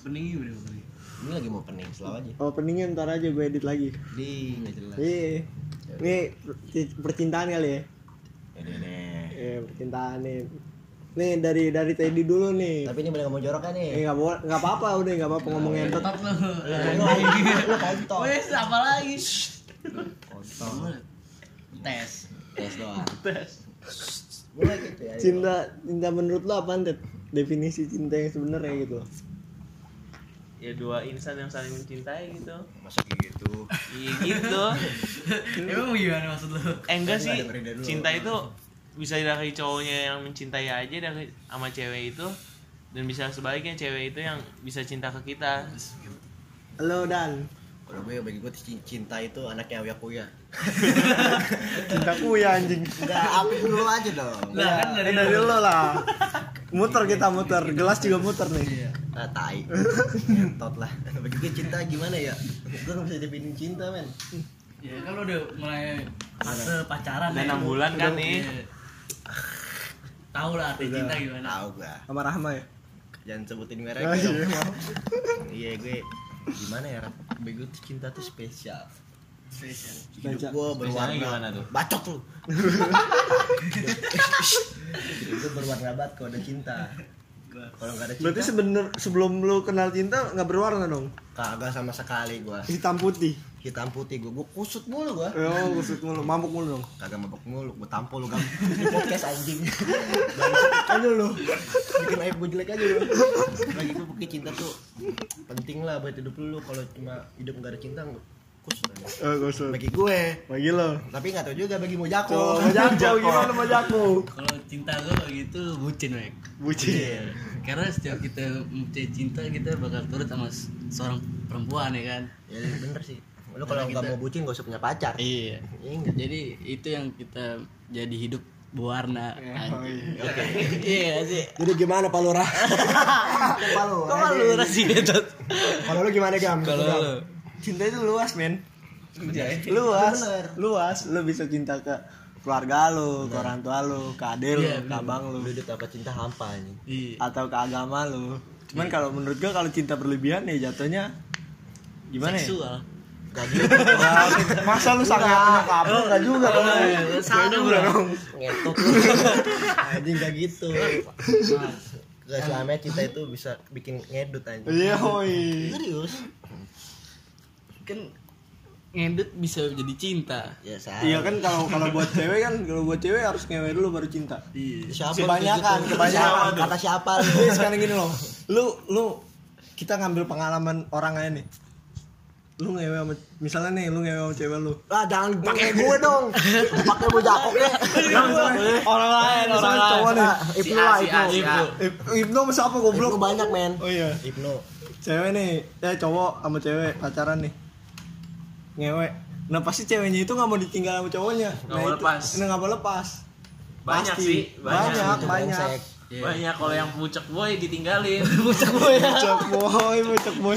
Openingnya udah opening. Ini lagi mau opening, selalu aja. Openingnya ntar aja gue edit lagi. Nggak jelas. Iya. Ini percintaan kali ya? Ini. Percintaan nih. Nih dari Teddy dulu nih. Tapi ini boleh ngomong jorok kan nih? Enggak apa-apa, udah enggak apa-apa ngomong entot. Tetap lu. Lu kontol. Wes apa lagi? Kontol. Tes doang. Mulai gitu ya. Cinta menurut lo apaan, Ted? Definisi cinta yang sebenarnya gitu. Ya dua insan yang saling mencintai gitu. Masa kayak gitu? Iya gitu. Emang gimana maksud lu? Enggak sih. Dengerin dulu. Cinta itu bisa dari cowoknya yang mencintai aja dari sama cewek itu, dan bisa sebaliknya cewek itu yang bisa cinta ke kita. Halo Dan. Kalau gue bagi gue cinta itu anaknya Uya Kuya. Cintaku ya anjing. Enggak, aku dulu aja dong. Lah kan dari lo lah. Muter kita muter, gelas juga muter nih. Ah, tai. Ngentot lah. Bagi gue cinta gimana ya? Gue gak bisa definisiin cinta, men. Ya kan lu udah mulai fase pacaran Udah 6 bulan kan nih. Tahu lah arti cinta gimana. Tahu gua. Sama Rahma ya? Jangan sebutin merek Oh, dong. iya, maaf. Iya, gue gimana ya, Rap? Bagi gue tuh cinta tuh spesial. Spesial. Hidup Baca. gue Spesialnya berwarna. gimana tuh? Bacok lu. Hidup gue berwarna banget kalau ada cinta. Kalau nggak ada cinta, Berarti sebelum lu kenal cinta nggak berwarna dong? kagak sama sekali gue. Hitam putih. Hitam putih gue kusut mulu gue. Oh, kusut mulu, mabuk mulu dong. Kagak mabok mulu, gue tampol lu gam. Di podcast anjing. Aja lu. Bikin aib gue jelek aja lu. Bagi gue pakai cinta tuh penting lah buat hidup lu. Kalau cuma hidup enggak ada cinta kusut aja. Oh, kusut. Bagi gue. Bagi lo. Tapi enggak tahu juga bagi Mojako. Mojako gimana Mojako? Kalau cinta gue gitu bucin, Mek. Bucin. Karena setiap kita mempunyai cinta kita bakal turut sama seorang perempuan ya kan. Ya bener sih. Lu kalau enggak mau bucin enggak usah punya pacar. Iya. Ingat. Jadi itu yang kita jadi hidup berwarna. Oh, iya. Oke. Iya sih. Jadi gimana Pak Lurah? Kok malu sih gitu. Kalau lu gimana Gam? Kalau Gam? lu? Cinta itu luas, men. Iya. Luas. Lu bisa cinta ke keluarga lu, ke orang tua lu, ke adek lu, Iya, ke abang lu, Lu apa cinta hampa anjing. Iya. atau ke agama lu. Cuman kalau menurut gua kalau cinta berlebihan ya jatuhnya gimana ya? Seksual. Enggak gitu. Masa lu sangat punya kabel enggak juga dong. Salah juga dong. Ngetok lu. Anjing enggak gitu. Gak selamanya cinta itu bisa bikin ngedut anjing. Iya, hoi. Serius? Kan ngedut bisa jadi cinta. Ya salah. Iya kan kalau buat cewek harus ngewe dulu baru cinta. Iya. Siapa Kebanyakan. Kata siapa lu? Sekarang gini loh. Lu kita ngambil pengalaman orang aja nih. Lu ngewe sama misalnya nih lu ngewe sama cewek lu. Ah jangan pakai gue dong. Pakai Mojako deh. Orang lain cowok nih. Ibnu lah, Ibnu. Ibnu sama siapa goblok? Ibnu banyak, men. Oh iya. Ibnu. Cewek nih, cowok sama cewek pacaran nih. Ngewe. Nah pasti ceweknya itu nggak mau ditinggal sama cowoknya. Nggak mau lepas. Nggak mau lepas. Banyak Pasti. sih, Banyak. Brengsek. Banyak kalau yang pucuk boy ditinggalin. Bocok boy.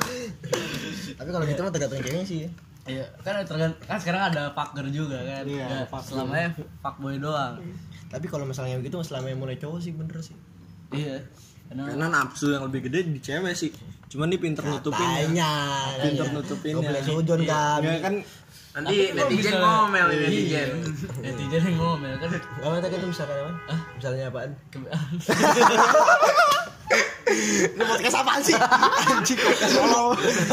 Tapi kalau gitu mah tergantung ceweknya sih. Iya, kan sekarang ada fucker juga kan. Iya, Nggak fucker. selamanya fuckboy doang. Tapi kalau misalnya begitu selama yang mulai cowok sih bener sih. Iya. Karena nafsu yang lebih gede di cewek sih. Cuman dia pinter nutupin. Katanya. Pinter nutupin. Gue boleh sujon kan. Ya kan Nanti Tapi kok netizen bisa- ngomel ini Iya. netizen. Netizen yang ngomel kan. Apa tadi itu misalkan apa? Misalnya apaan? ini podcast apaan sih? Anjing podcast solo.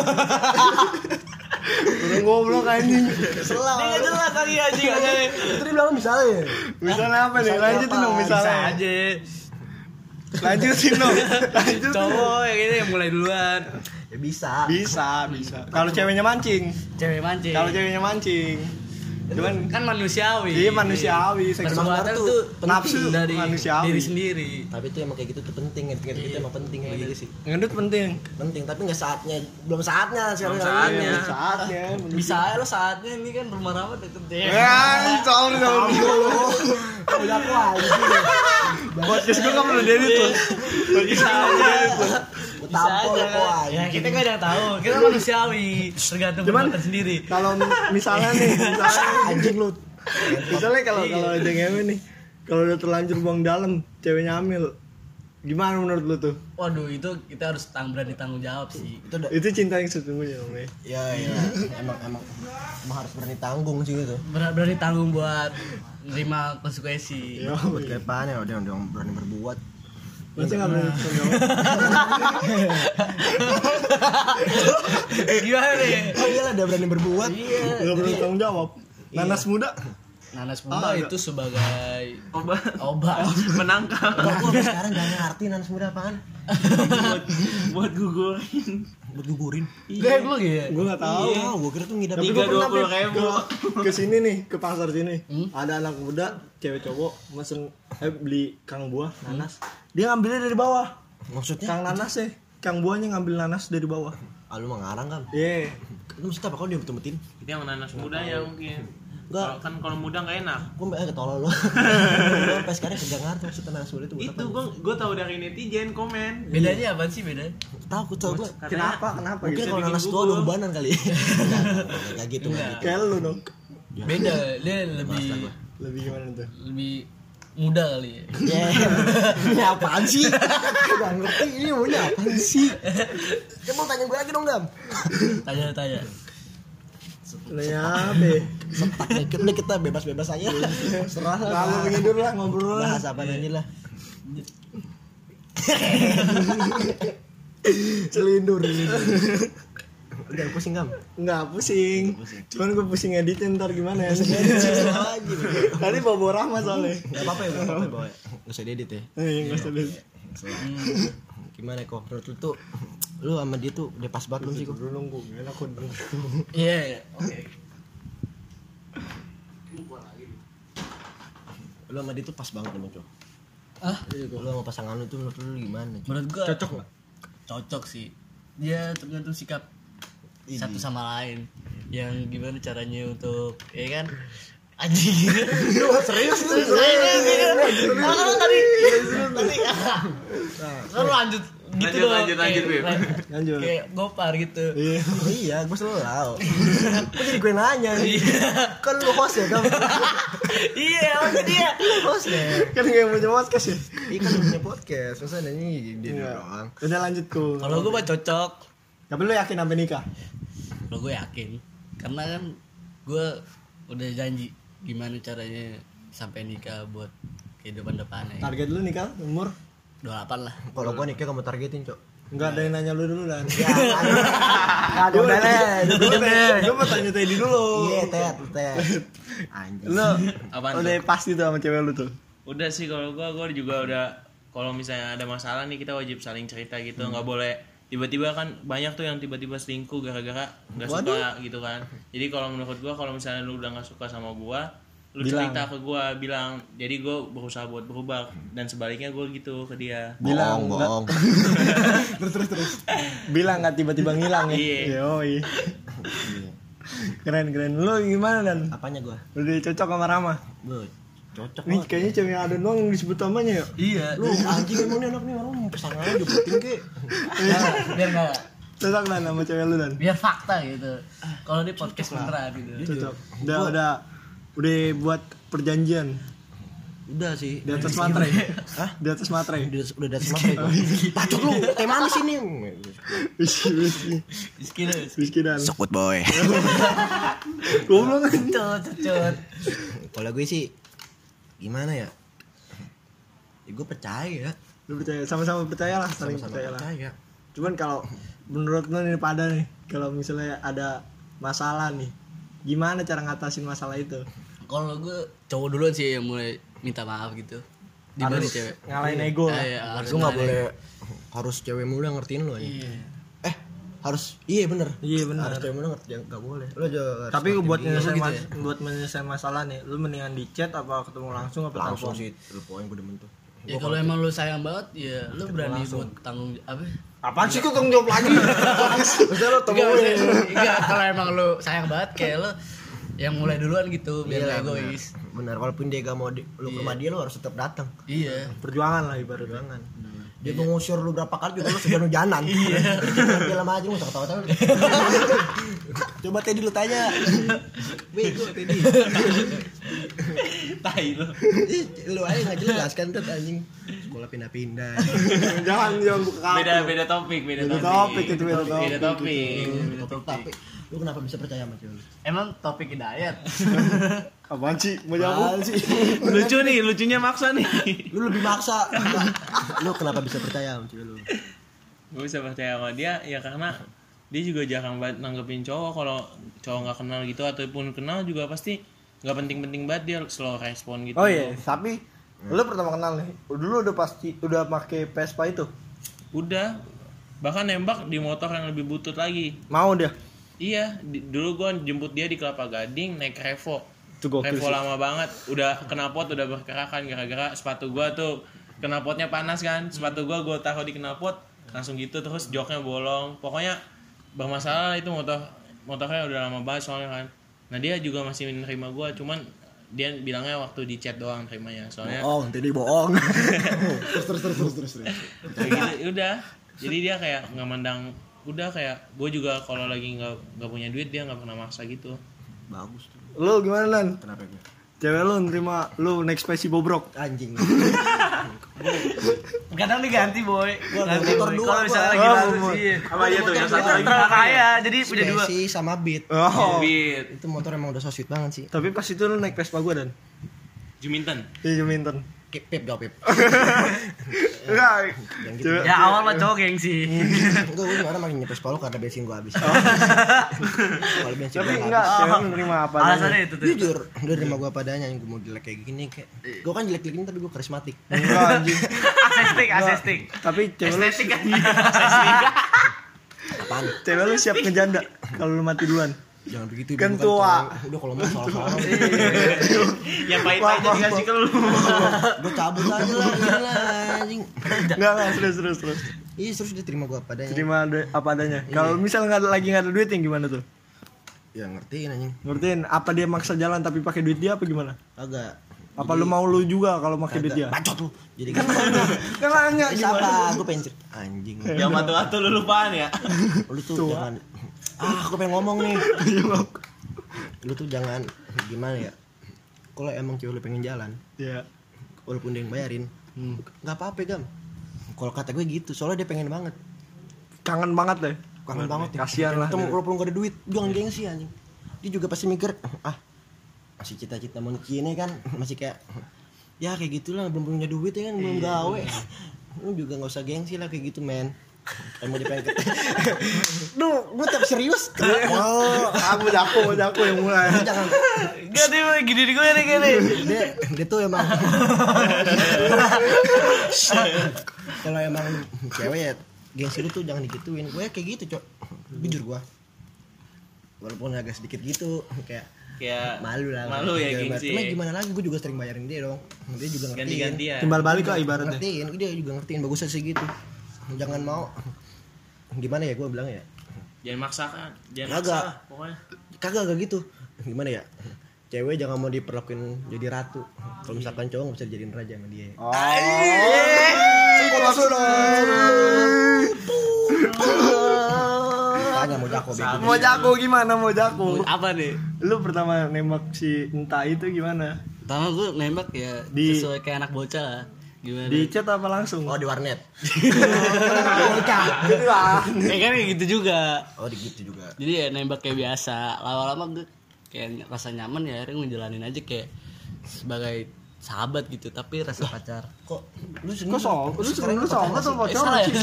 Udah goblok anjing. Selang. Dia nggak jelas tadi aja aja. Itu dia bilang misalnya. Misalnya apa nih? Misalnya Lanjutin apa? dong Bisa misalnya. aja. Lanjutin dong. Lanjutin. Cowok yang ini yang mulai duluan. Ya bisa. Bisa. Kalau ceweknya mancing. Cewek mancing. Kalau ceweknya mancing. Cuman kan manusiawi. iya manusiawi, seksual Berbuatan tuh tuh nafsu dari manusiawi. diri sendiri. Tapi itu emang kayak gitu tuh penting, ngerti itu emang penting kayak gitu sih. Ngedut penting. Penting, tapi nggak saatnya, belum saatnya sekarang. Belum saatnya. Iya, saatnya. Bisa aja lo saatnya ini kan rumah rawa deket deh. Ya, sorry sama Udah aku aja. podcast gue kan belum dari tuh. Bisa aja. Tampol aja, kok kan. Ya kita kan udah tahu. Kita manusiawi. Tergantung Cuman- perbuatan sendiri. Kalau misalnya nih, anjing lu. misalnya kalau ada ngewe nih, kalau udah terlanjur buang dalam, ceweknya hamil, Gimana menurut lu tuh? Waduh, itu kita harus berani tanggung jawab sih. Itu cinta yang sesungguhnya, Om. Ya emang harus berani tanggung sih gitu. Berani tanggung buat nerima konsekuensi. Yo, Buat ke depan ya udah berani berbuat. masa nggak berani tanggung jawab? Gimana nih? Oh iyalah dia berani berbuat. Iya. Nggak berani tanggung jawab. Nanas muda. Nanas muda itu sebagai obat menangkal. Kok gua sekarang gak ngerti nanas muda apaan? buat gugurin. Buat gugurin. Gue belum ya. Gue nggak tahu. Iya, gua kira tuh ngidap. Tapi gue pernah 320.000. ke sini nih, ke pasar sini. Ada anak muda, cewek cowok mesen beli kang buah nanas. Dia ngambilnya dari bawah. Maksudnya? Kang nanas ya. Kang buahnya ngambil nanas dari bawah. Ah lu mah ngarang kan? Iya. Lu maksudnya apa kalau dia betul-betul? Itu yang nanas muda ya mungkin. Enggak. Kalau muda nggak enak. Gua ketolol lu. Gua sampai sekarang kagak ngerti maksudnya nanas muda itu buat Itu apa. gue tahu dari netizen komen. Bedanya apa sih beda? Tahu gua. Kenapa Mungkin gitu? kalau nanas tua udah ubanan kali. Enggak gitu enggak gitu. Kayak lu dong. Beda, dia lebih Lebih gimana tuh? lebih muda kali ya. Ya, ini apaan sih? Gak ngerti ini maunya apaan sih? Ya mau tanya gue lagi dong, Gam. Tanya. Nanya apa? Sepak dikit nih kita bebas-bebas aja. Serah lah. Kalau mengidur lah ngobrol lah. Bahas apa aja lah. Celindur. Udah pusing, Gam. Enggak pusing. Cuman gue pusing editin ntar gimana ya. Lagi. Tadi bawa Rahma soalnya. Enggak apa-apa ya, enggak apa-apa. Enggak usah diedit ya. Enggak usah dulu. Gimana kok? Menurut lu tuh lu sama dia tuh udah pas banget belum sih kok? Dulu nunggu, enak kok dulu. Iya, oke. Lu sama dia tuh pas banget emang, Cok. Ah, Lu sama pasangan lu tuh menurut lu gimana, Cok? menurut gua Cocok nggak? Cocok sih. Dia tergantung sikap satu sama lain. Yang gimana caranya untuk ya kan? Anjing. Serius lu? Kalau tadi Lalu lanjut gitu dong. Lanjut, Bib. Lanjut. Kayak gopar gitu. Iya, gue selalu tahu. Kok jadi gue nanya nih? Kan lu host ya, Gam? Iya, maksud dia. Host ya? Kan gak punya podcast ya? Iya kan lu punya podcast, masa nanya dia doang. Udah lanjut ku. Kalau gue mah cocok. Tapi lu yakin sampai nikah? Kalau gue yakin. Karena kan gue udah janji gimana caranya sampai nikah buat kehidupan depannya. Target lu nikah umur? 28 lah. Kalau gue nikah kamu targetin, Cok. Enggak ada yang nanya lu dulu dan. Ya, ada udah deh. Gue mau tanya Teddy dulu. Iya, tet. Anjing. Lu Apaan udah pasti tuh sama cewek lu tuh. Udah sih kalau gua juga udah kalau misalnya ada masalah nih kita wajib saling cerita gitu, nggak boleh tiba-tiba kan banyak tuh yang tiba-tiba selingkuh gara-gara nggak suka gitu kan. Jadi kalau menurut gua kalau misalnya lu udah nggak suka sama gua, lu Bilang. cerita ke gua, bilang. Jadi gua berusaha buat berubah dan sebaliknya gua gitu ke dia. Bilang bohong. terus. Bilang nggak tiba-tiba ngilang ya. Iya. Yoi. Keren. Lu gimana dan? Apanya gue? Udah cocok sama Rama? Cocok Nih banget. kayaknya cewek yang ada doang yang disebut namanya ya. Iya. Lu anjing emang nih anak nih orang mau pasangan aja penting ke. Biar nggak Cocok dan sama cewek lu dan. biar fakta gitu. Kalau di podcast beneran gitu. Cocok. Udah buat perjanjian Udah sih. di atas materai. Hah? Di atas materai. Udah dari semangat gue. Pacok lu, teh manis ini. Whisky dan. Sokut boy. Goblok. Cut. Kalau gue sih gimana ya? Gue percaya. Lu percaya sama-sama percaya lah, saling Sama-sama percaya lah. percaya. Cuman kalau menurut lu nih pada nih, kalau misalnya ada masalah nih, gimana cara ngatasin masalah itu? Kalau gue cowok duluan sih yang mulai minta maaf gitu. Dibanding cewek. Ngalahin ego lah. Iya, harus Lu nggak ngalahin. boleh harus cewek mulu yang ngertiin lu aja. Iya. Harus bener. Iya benar. Harus cewek mulu ngertiin, nggak boleh. Lu juga harus Tapi ngertiin buat dia. menyelesaikan gitu ya? buat menyelesaikan masalah nih, lu mendingan di chat apa ketemu langsung apa langsung telepon? sih. Lu pokoknya gue demen tuh. Ya kalau emang lu sayang banget, ya lu berani buat tanggung apa? Apaan sih kok tanggung jawab lagi? Maksudnya lu Enggak, kalau emang lu sayang banget kayak lu yang mulai duluan gitu biar Iya, gak egois. Benar, walaupun dia gak mau lu ke rumah dia lu harus tetap datang. Iya. perjuangan lah ibaratnya. Jangan. Dia mau ngusir lu berapa kali juga lu segan-hujanan. Iya. Dia lama aja lu ketawa-tawa. Coba Teddy lu tanya. Bego Teddy. Tai lu. Lu aja enggak jelas kan tuh anjing. bola pindah-pindah. Jangan buka kartu. Beda topik. Beda topik itu, beda Beda topik. topik. Tapi lu kenapa bisa percaya sama cewek lu? Emang topik hidayat. Apaan sih? Mau jawab? Lucu nih, lucunya maksa nih. Lu lebih maksa. Lu kenapa bisa percaya sama cewek lu? Gue bisa percaya sama dia ya karena dia juga jarang banget nanggepin cowok. Kalau cowok nggak kenal gitu ataupun kenal juga pasti nggak penting-penting banget, dia slow respon gitu. Oh iya, tapi lu pertama kenal nih, dulu udah pakai Vespa itu? Udah, bahkan nembak di motor yang lebih butut lagi. Mau dia? Iya, dulu gue jemput dia di Kelapa Gading naik Revo. Itu gokil Revo sih. lama banget, udah knalpot udah berkerakan gara-gara sepatu gue tuh knalpotnya panas kan. Sepatu gue taruh di knalpot langsung gitu, terus joknya bolong. Pokoknya bermasalah itu motornya udah lama banget soalnya kan. Nah dia juga masih menerima gue, cuman dia bilangnya waktu di chat doang terimanya soalnya. Nanti dia bohong. Terus. Kayak gitu, udah. Jadi dia kayak nggak mandang, udah kayak gue juga kalau lagi nggak punya duit dia nggak pernah maksa gitu. Bagus tuh. Lu gimana Lan? Kenapa gue? Cewek lu nerima lu naik spesi bobrok? Anjing. Kadang diganti boy. Ganti, Motor boy. dua. Kalau misalnya lagi Oh, bagus boy. sih. Apa aja tuh yang satu lagi? Terlalu kaya, jadi punya dua. Spesi sama Beat. Oh. Beat, Itu motor emang udah so sweet banget sih. Tapi pas itu lu naik Vespa gua Dan. Juminten. Iya, Juminten. Pip jawab Pip. Enggak. Yang gitu. Cewek- Ya awal mah cowok gengsi. Enggak, gue gimana makin nyepes polo karena bensin gue habis. Kalau bensin Tapi gue enggak, habis. cewek lu nerima apa Alasannya adanya. itu tuh. Jujur, dia nerima gue apa adanya. Gue mau jelek kayak gini kayak. Gue kan jelek-jelekin tapi gue karismatik. Enggak anjing. Asestik. Tapi cewek lu Estetik kan. Apaan? cewek lu siap ngejanda kalau lu mati duluan. Jangan begitu. Kan bukan tua. cowok. Udah kalau mau salah-salah. Yang pahit-pahitnya dikasih ke lu. Gue cabut aja lah, gila anjing. Enggak, terus. Iya, terus dia terima gue apa adanya. Terima apa adanya. Kalau misal lagi nggak ada duit yang gimana tuh? Ya ngertiin anjing. Ngertiin apa dia maksa jalan tapi pakai duit dia apa gimana? Agak. Apa lu mau lu juga kalau pakai duit dia? Bacot lu. Jadi kan. Kan nanya gimana? Siapa? Gue pengen cerita. Anjing. Yang matu-matu lu lupaan ya. Lu tuh jangan. Aku pengen ngomong nih. Lu tuh jangan gimana ya? Kalau emang cewek lu pengen jalan, Iya. walaupun dia yang bayarin, nggak apa-apa Gam. Kalau kata gue gitu, soalnya dia pengen banget. Kangen banget deh. Kangen banget ya. Kasihan lah. Itu walaupun gak ada duit, jangan gengsi anjing. Dia juga pasti mikir, masih cita-cita mau ini kan, masih kayak ya kayak gitulah, belum punya duit ya kan, belum gawe. Lu juga nggak usah gengsi lah kayak gitu men. Mau dipengen Duh, gue tak serius. Oh, Aku jago yang mulai. jangan. Gak nih gini gue nih gini. Dia tuh emang kalau emang cewek ya gengsi lu tuh jangan digituin. Gue kayak gitu cok, jujur gue walaupun agak sedikit gitu kayak malu lah ya Gimana- gengsi. cuma gimana lagi, gue juga sering bayarin dia dong, dia juga ngertiin. Ganti-gantian. Timbal balik lah ibaratnya. Ngertiin, dia juga ngertiin, bagusnya sih gitu. Jangan mau gimana ya gue bilang ya, Jangan maksakan, jangan Agak. maksa lah, pokoknya. kagak gitu. Gimana ya, cewek jangan mau diperlakuin jadi ratu. Kalau misalkan cowok nggak bisa dijadiin raja sama dia. Oh. Tanya mau jako bego. Mau jago gimana mau jago? Apa nih? Lu pertama nembak si entah itu gimana? Pertama gue nembak ya Di- sesuai kayak anak bocah lah. Gimana? Di chat apa langsung? Oh di warnet. Ya kan kayak gitu juga. Oh di gitu juga. Jadi ya nembak kayak biasa. Lama-lama gue kayak rasa nyaman ya akhirnya ngejalanin aja kayak sebagai sahabat gitu, tapi rasa pacar. Kok lu Kok soal? Lu sebelum lu soal atau Eh, pacaran? salah ya?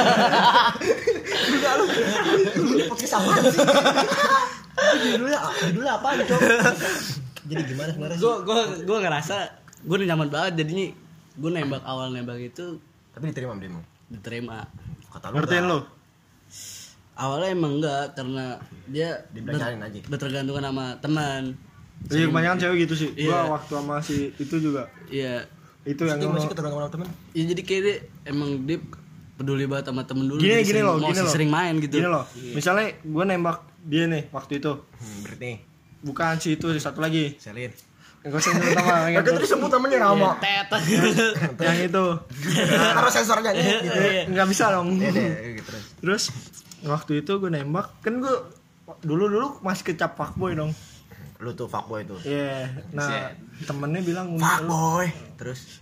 Lu podcast apaan sih? Judulnya apaan cok? Jadi gimana sebenarnya sih? Gue ngerasa gue udah nyaman banget jadinya. Gue awal nembak itu Tapi diterima sama dia emang. diterima. Kata lu Ngertiin lu? Awalnya emang enggak, karena dia Dibelanjain aja. bertergantungan sama teman. Iya kebanyakan cewek gitu sih. Iya. Gua waktu sama si itu juga. Iya. Itu yang Dia ngono. masih ketergantungan sama temen. Ya jadi kayak dia emang dia peduli banget sama temen dulu. Gini jadi gini loh, mau gini loh. sering main gitu. Gini loh. Misalnya gue nembak dia nih waktu itu. Berarti Bukan si itu, satu lagi. Selin. Yang gue sebut nama yang Tadi sebut namanya nama. Tet. yang itu. Taruh sensornya nih. Gitu. Nggak bisa dong. Gitu terus. Terus waktu itu gue nembak, kan gue dulu masih kecap fuckboy dong. Lu tuh fuckboy tuh. Iya. Nah, temennya bilang Fuckboy. Terus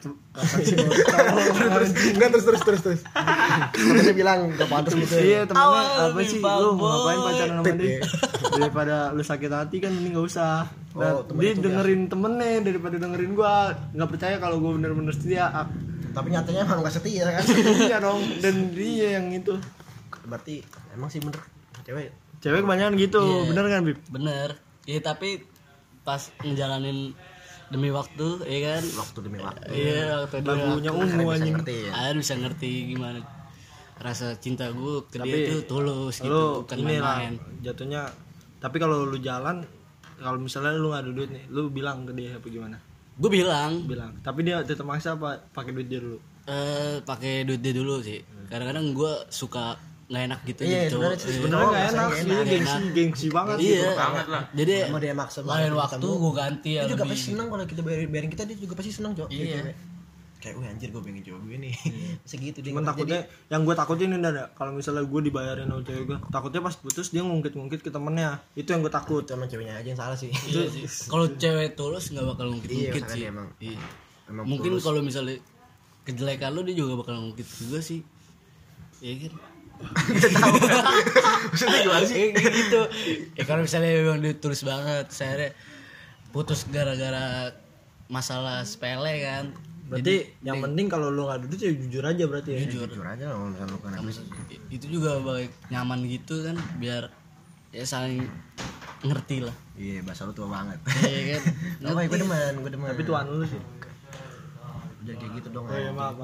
Enggak, terus. Temennya bilang gak pantas gitu. Iya temennya Awal apa sih bimbo, lu ngapain boy. pacaran sama dia daripada lu sakit hati kan mending gak usah. Dan temen dia itu dengerin temennya daripada dengerin gua nggak percaya kalau gua bener-bener setia. Tapi nyatanya emang gak setia kan. Iya dong, dan dia yang itu Berarti emang sih bener cewek kebanyakan gitu. Iya. Bener kan Bib? Bener. Iya tapi pas ngejalanin demi waktu, ya kan? waktu demi waktu. Iya, waktu demi Lagunya waktu. ungu Bisa anjing. ngerti ya. Akhirnya bisa ngerti gimana rasa cinta gue ke dia Tapi itu tulus gitu, lu bukan ini lah main-main. jatuhnya. Tapi kalau lu jalan, kalau misalnya lu nggak ada duit nih, lu bilang ke dia apa gimana? Gue bilang Tapi dia tetap maksa apa pakai duit dia dulu? pakai duit dia dulu sih. Kadang-kadang gue suka nggak enak gitu Iya, jadi cowok. Sebenarnya nggak enak, dia gengsi banget Iya. gitu. Banget lah. Jadi Mau dia maksa lain waktu gue ganti ya Dia juga lebih. pasti senang kalau kita bayarin kita, dia juga pasti senang, Cok. Iya. Kayak wah anjir gue pengen cowok gue nih. Segitu dia. Cuman takutnya yang gue takutin ini ada kalau misalnya gue dibayarin sama cewek gue, takutnya pas putus dia ngungkit ke temennya. Itu yang gue takut. sama ceweknya aja yang salah sih. Iya sih. Kalau cewek tulus nggak bakal ngungkit-ngungkit Iya, sih. emang. Iya. Emang Mungkin tulus. kalau misalnya kejelekan lu dia juga bakal ngungkit juga sih. Iya kan? Maksudnya gimana sih? Kayak gitu. Kalau misalnya memang dia tulus banget, saya putus gara-gara masalah sepele kan. Berarti yang penting kalau lu nggak ada duit ya jujur aja berarti ya. Jujur aja kalau misalnya lu kenapa sih. Itu juga baik nyaman gitu kan biar ya saling ngerti lah. Iya, bahasa lu tua banget. Iya kan? Enggak, gue demen. Tapi tuan lu sih. Udah kayak gitu dong. Oh iya maaf.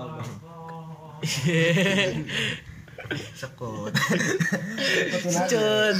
Sekut. Cun.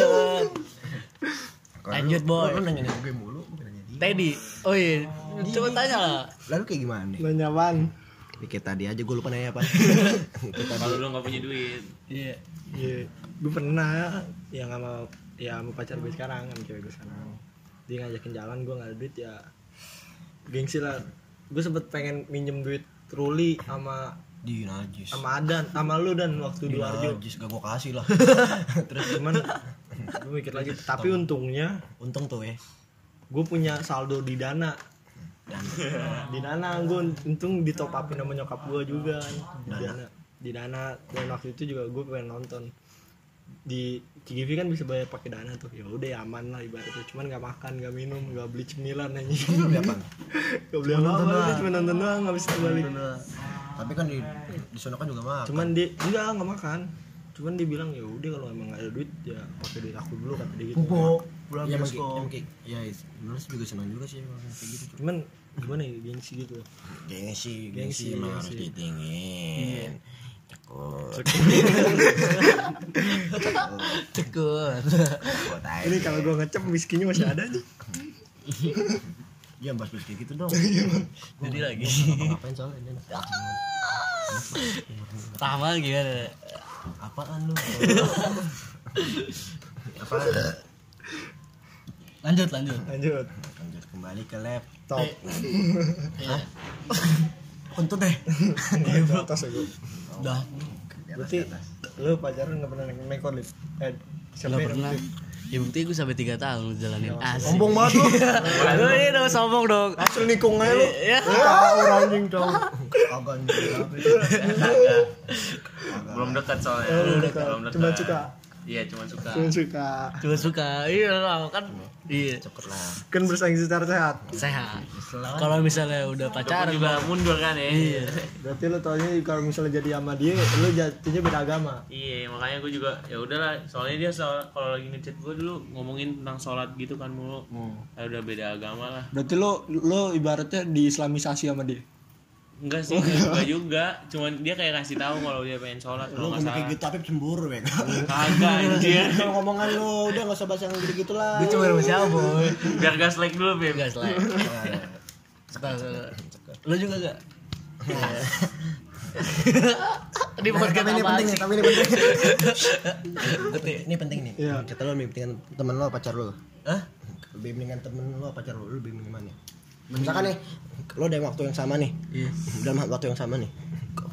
Lanjut, Boy. Lu nanya gue mulu, bukan nanya dia. Teddy. Oh iya. Coba tanya lah. Lalu kayak gimana nih? Nanya apaan? Kayak tadi aja gue lupa nanya apa. Kalau lu nggak punya duit. Iya. Iya, gue pernah yang sama pacar gue sekarang, sama cewek gue sekarang. Dia ngajakin jalan, gue nggak ada duit ya. Gengsi lah. Gue sempet pengen minjem duit Truli sama Di najis. Adan, sama lu dan waktu di Arjo. Najis gak gue kasih lah. Terus cuman gue mikir lagi, tapi untungnya Untung tuh ya. gue punya saldo di Dana. Di Dana gue untung di top upin sama nyokap gue juga kan. Di Dana dan waktu itu juga gue pengen nonton di CGV kan bisa bayar pakai Dana tuh. Ya udah aman lah ibaratnya, cuman nggak makan, nggak minum, nggak beli cemilan aja. Beli apa? Gak beli apa-apa, cuma nonton doang habis itu balik. Tapi kan di sana kan juga makan. Cuman dia nggak makan. Cuman dia bilang ya udah kalau emang nggak ada duit ya pakai duit aku dulu kata dia gitu. Pulang bioskop. Ya, sebenarnya juga senang juga sih kalau kayak gitu. Cuman gimana ya, gengsi gitu. Gengsi emang harus ditingin. Tekun. Ini kalau gue ngecep whisky-nya masih ada nih. Iya, bahas kayak gitu dong. Jadi lagi. Ngapain soalnya ini? Pertama gimana? Apaan lu? Apaan? Lanjut. Lanjut. Lanjut kembali ke laptop. Iya. Untuk deh. Di atas ya gue. Udah. Berarti lu pacaran nggak pernah naik mekor lip? Nggak pernah. Ya bukti gue sampai 3 tahun jalanin. Asik. Sombong banget lu. Lu ini dong sombong dong. Hasil nikung aja lu. Ya. Orang anjing dong. Agak Belum dekat soalnya. Belum dekat. Cuma suka. Iya, cuma suka. Cuma suka. Iya lah kan. Iya. cepet lah. Kan bersaing secara sehat. Sehat. Kalau misalnya udah pacaran Juga mundur kan ya. Iya. Berarti lu taunya kalau misalnya jadi sama dia, lu jatuhnya beda agama. Iya, makanya gue juga ya udahlah. Soalnya dia kalau lagi ngechat gue dulu ngomongin tentang sholat gitu kan mulu. Ya udah beda agama lah. Berarti lu ibaratnya diislamisasi sama dia. Enggak sih, enggak juga. Cuman dia kayak kasih tahu kalau dia pengen sholat Lu kalau nggak ngomong kayak salah. gitu tapi cemburu ya. Kagak anjir. Kalau ngomongan lu udah enggak usah bahas yang gitu-gitu lah. Gue cuma sama siapa boy? Biar gas like dulu, Beb. Gas lah. Lu juga gak? Di podcast Tapi ini apa penting nih, sih? tapi ini penting. Ngerti? Ini penting nih. Iya. Kata lu lebih pentingan temen lu apa pacar lu? Hah? Lebih pentingan temen lu apa pacar lu? Lu lebih penting mana? Misalkan nih, lu dalam waktu yang sama nih. Iya. Dalam waktu yang sama nih.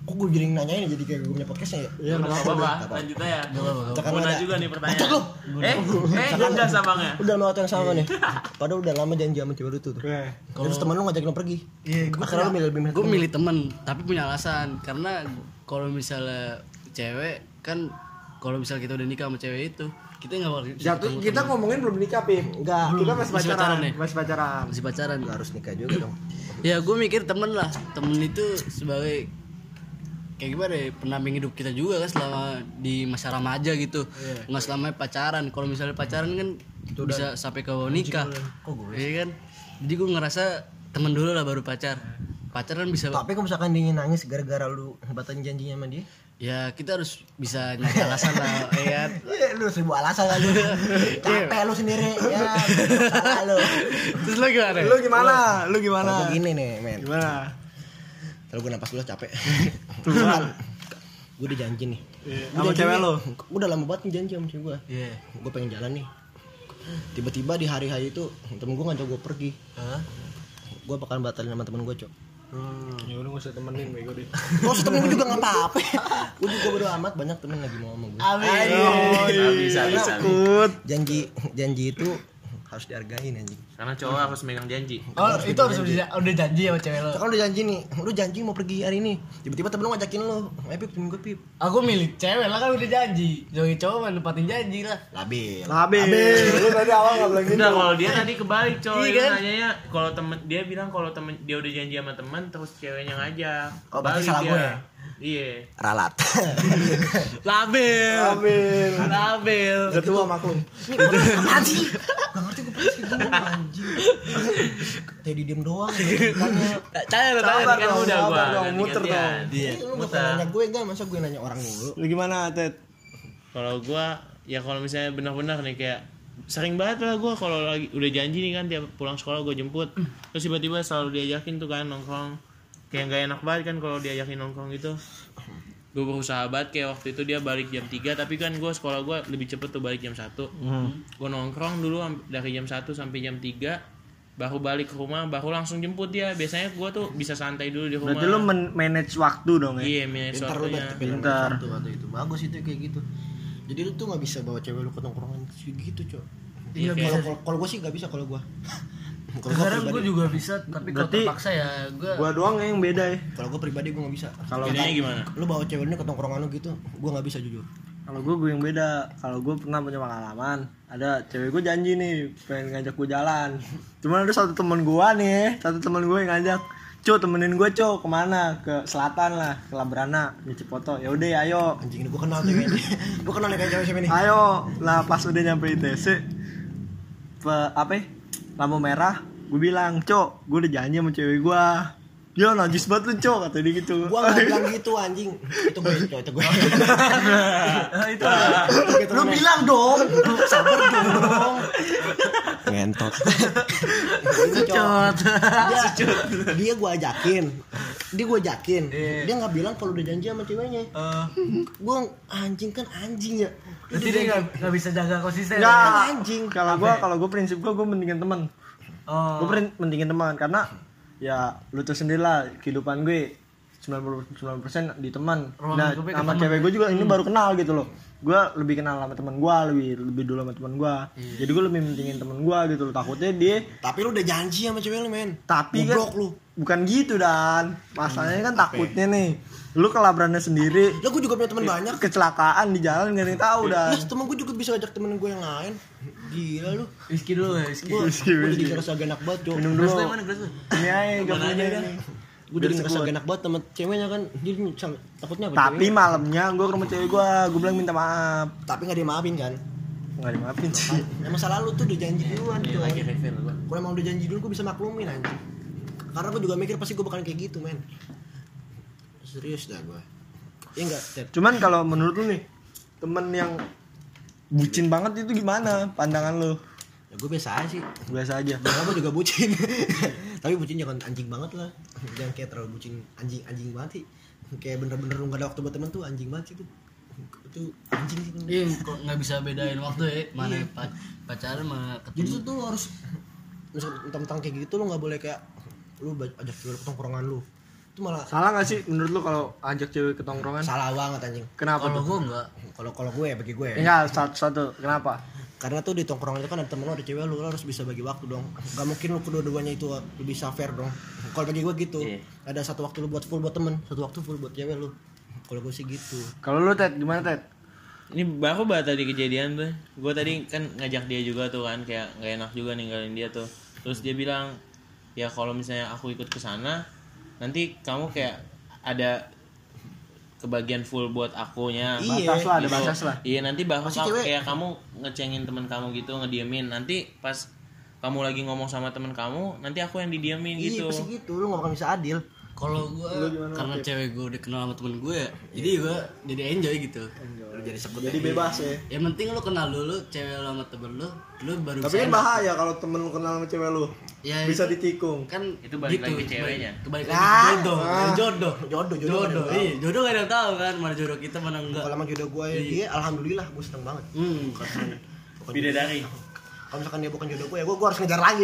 Kok gue jadi nanyain jadi kayak gue punya podcastnya ya? Iya, Nggak apa-apa, lanjut aja. Tekan Guna ada. juga nih Bacot lu. pertanyaan. Gas abangnya. Udah sama waktu yang sama nih. Padahal udah lama janji sama cewek lu tuh. Oke. Terus temen lu ngajakin lu pergi. Iya, Akhirnya lu milih gue milih temen, tapi punya alasan. Karena kalau misalnya cewek kan, kalau misalnya kita udah nikah sama cewek itu, kita nggak bakal Jatuh kita ngomongin belum nikah, Pip. Enggak, kita masih Masih pacaran. pacaran ya? Masih pacaran. masih pacaran. Lu harus nikah juga dong. Ya gue mikir temen lah, temen itu sebagai kayak gimana ya, pendamping hidup kita juga kan selama di masa remaja gitu. Nggak selamanya pacaran. Kalau misalnya pacaran kan bisa sampai ke nikah. Iya kan. Jadi gue ngerasa temen dulu lah baru pacar. Pacaran bisa. Tapi kalau misalkan dia nangis gara-gara lu batalin janjinya sama dia, Ya kita harus bisa nyari alasan lah, ya kan. lu 1000 alasan kan lu. Capek lu sendiri ya. Salah lu. Terus lo gimana? Lu gimana? Lu Kalau gimana? gua gini nih, men. Gimana? Kalau gue napas dulu capek. Tuhan. Gue udah janji nih. Sama cewek lu? Gue udah lama banget nih janji sama cewek gue. Iya. Gue pengen jalan nih. Tiba-tiba di hari-hari itu temen gue ngajak gue pergi. Gue bakalan batalin sama temen gue, Cok. Ya udah enggak usah temenin bego deh. Kalau temen gue juga nggak apa-apa. Gue juga bodo amat, banyak temen lagi mau sama gue. Bisa. Takut. Janji itu harus dihargain anjing. Karena cowok harus megang janji. Oh itu harus udah janji sama cewek lo. Kalau udah janji nih, lu janji mau pergi hari ini. Tiba-tiba temen lu ngajakin lu, ayo Pip, temen gue Pip. Aku milih cewek lah kan udah janji. Jadi cowok mah nepatin janji lah. Labil. Lu tadi awal enggak bilang gitu. Enggak, kalau dia tadi kebalik coy. Iya Dia kan? nanyanya kalau temen dia bilang kalau temen dia udah janji sama teman terus ceweknya ngajak. Oh, berarti Kebalik salah dia. gue ya? Iya. Ralat. Labil. Labil. Ketua maklum. Apaan sih? Gak ngerti gue pasti gini anjing. Tadi diem doang. Tanya. Tanya Sabar kan dong, udah sabar gua. dong, muter dong. Iya. Lu gak pernah nanya gue enggak, masa gue nanya orang mulu. Lu gimana, Ted? Kalau gua ya kalau misalnya benar-benar nih kayak sering banget lah gua kalau lagi udah janji nih kan tiap pulang sekolah gua jemput. Terus tiba-tiba selalu diajakin tuh kan nongkrong. Kayak gak enak banget kan kalau diajakin nongkrong gitu. Gue berusaha banget kayak waktu itu dia balik jam 3 tapi kan gue sekolah gue lebih cepet tuh balik jam 1. Gue nongkrong dulu dari jam 1 sampai jam 3 baru balik ke rumah baru langsung jemput dia. Biasanya gue tuh bisa santai dulu di rumah. Berarti lu manage waktu dong ya? Iya, manage Pintar lu waktunya. berarti Pintar. waktu itu. Bagus itu kayak gitu. Jadi lu tuh gak bisa bawa cewek lu ke tongkrongan gitu, Cok. Iya, Kalau gue sih gak bisa kalau gue. Kalau Sekarang gue gue juga bisa, tapi kalau Berarti- terpaksa ya gue. Gua doang yang beda ya. kalau gue pribadi gue gak bisa. Kalau Bedanya gimana? Lu bawa cewek lu ke tongkrongan lu gitu, gue gak bisa jujur. Kalau gue yang beda. Kalau gue pernah punya pengalaman. Ada cewek gue janji nih pengen ngajak gue jalan. Cuman ada satu teman gue nih, yang ngajak. Cuk, temenin gue cuk, kemana? Ke selatan lah, ke Labrana, di Cipoto. Ya udah, ayo. Anjing ini gue kenal tuh kayaknya. Gue kenal nih kayak cewek siapa nih. Ayo. Lah pas udah nyampe ITC, lampu merah, gue bilang, cuk, gue udah janji sama cewek gue. Yo, najis banget lu cuk, kata dia gitu. Gue gak bilang gitu anjing. Itu gue, Cok, itu gue. Lu bilang dong. Sabar dong. Ngentot. Itu Cok. Dia gue ajakin. Dia gak bilang kalau udah janji sama ceweknya. Gue anjing kan anjing ya. Berarti dia nggak bisa jaga konsisten. Enggak, anjing. kalau gue prinsip gue mendingin teman. Oh. Gue mendingin teman karena ya lu tuh sendiri lah kehidupan gue 99% di teman. Ruang Nah, hidupnya ke sama teman. cewek gue juga ini baru kenal gitu loh. Gue lebih kenal sama teman gue, lebih dulu sama teman gue. Jadi gue lebih mentingin teman gue gitu loh. Takutnya dia Tapi lu udah janji sama cewek lu, men. tapi Goblok kan lu. bukan gitu dan masalahnya kan takutnya nih lu kelabrannya sendiri Lah gue juga punya teman banyak. kecelakaan di jalan gak ada yang tahu dan Lah temen gue juga bisa ajak temen gue yang lain. Gila lu. Whisky dulu ya, whisky. Gue Whisky. jadi ngerasa gak enak banget, Cok. minum Gelas dulu lu yang mana, gelas lu? ini aja gak Mana punya aja, nih. Gue jadi ngerasa gak enak banget sama ceweknya kan. Jadi takutnya apa? Tapi ceweknya? malamnya gue ke rumah cewek gue bilang minta maaf. Tapi gak dimaafin kan. Nggak dimaafin sih. Ya masa lalu tuh udah janji duluan Iya tuh. lagi refill gua. Kalau emang udah janji dulu gue bisa maklumin anjing. Karena gue juga mikir pasti gue bakalan kayak gitu, men. Serius dah gue. Iya enggak, Ted? Cuman kalau menurut lu nih temen yang bucin banget itu gimana pandangan lu? Ya gue biasa aja sih. Biasa aja. Karena gue juga bucin. Tapi bucin jangan anjing banget lah. Jangan kayak terlalu bucin anjing banget sih. Kayak bener-bener lu gak ada waktu buat temen tuh anjing banget sih tuh. Itu anjing sih. Iya, kok nggak bisa bedain waktu ya, mana pacaran mana Jadi ketemu. tuh harus misal tentang kayak gitu lu nggak boleh kayak lu ajak cewek ke tongkrongan lu Itu malah Salah gak sih menurut lu kalau ajak cewek ke tongkrongan? salah banget anjing. Kenapa Kalau tuh? gue enggak. Kalau gue bagi gue. Enggak, satu. Kenapa? Karena tuh di tongkrongan itu kan ada temen lu, ada cewek lu harus bisa bagi waktu dong. Gak mungkin lu kedua-duanya itu bisa fair dong. Kalau bagi gue gitu. Iya. Ada satu waktu lu buat full buat temen, satu waktu full buat cewek lu. Kalau gue sih gitu. Kalau lu Ted, gimana Ted? Ini baru banget tadi kejadian tuh. Gue tadi kan ngajak dia juga tuh kan, kayak nggak enak juga ninggalin dia tuh. Terus dia bilang, ya kalau misalnya aku ikut ke sana, nanti kamu kayak ada kebagian full buat akunya. Iya. Batas lah, ada Gitu. batas lah. Iya, nanti bahkan Pasti cewek. kayak kamu ngecengin teman kamu gitu, ngediemin. Nanti pas kamu lagi ngomong sama teman kamu, nanti aku yang didiemin Iya gitu. pasti gitu, lu gak bakal bisa adil. Kalau gue karena cewek gue udah kenal sama temen gue ya, jadi gue jadi enjoy gitu. Lu jadi sebut Jadi bebas ya. Yang penting lu kenal dulu cewek lu sama temen lu baru Tapi bisa kan enak. bahaya kalau temen lu kenal sama cewek lu. Ya, Bisa itu ditikung. kan Itu balik lagi ke ceweknya. Kebalik lagi jodoh, jodoh. Jodoh Jodoh, iya, jodoh gak ada yang tahu kan mana jodoh kita mana enggak. Kalau emang jodoh gue dia alhamdulillah gue seneng banget. Bidadari. Kalau misalkan dia bukan jodoh gue ya gue harus ngejar lagi.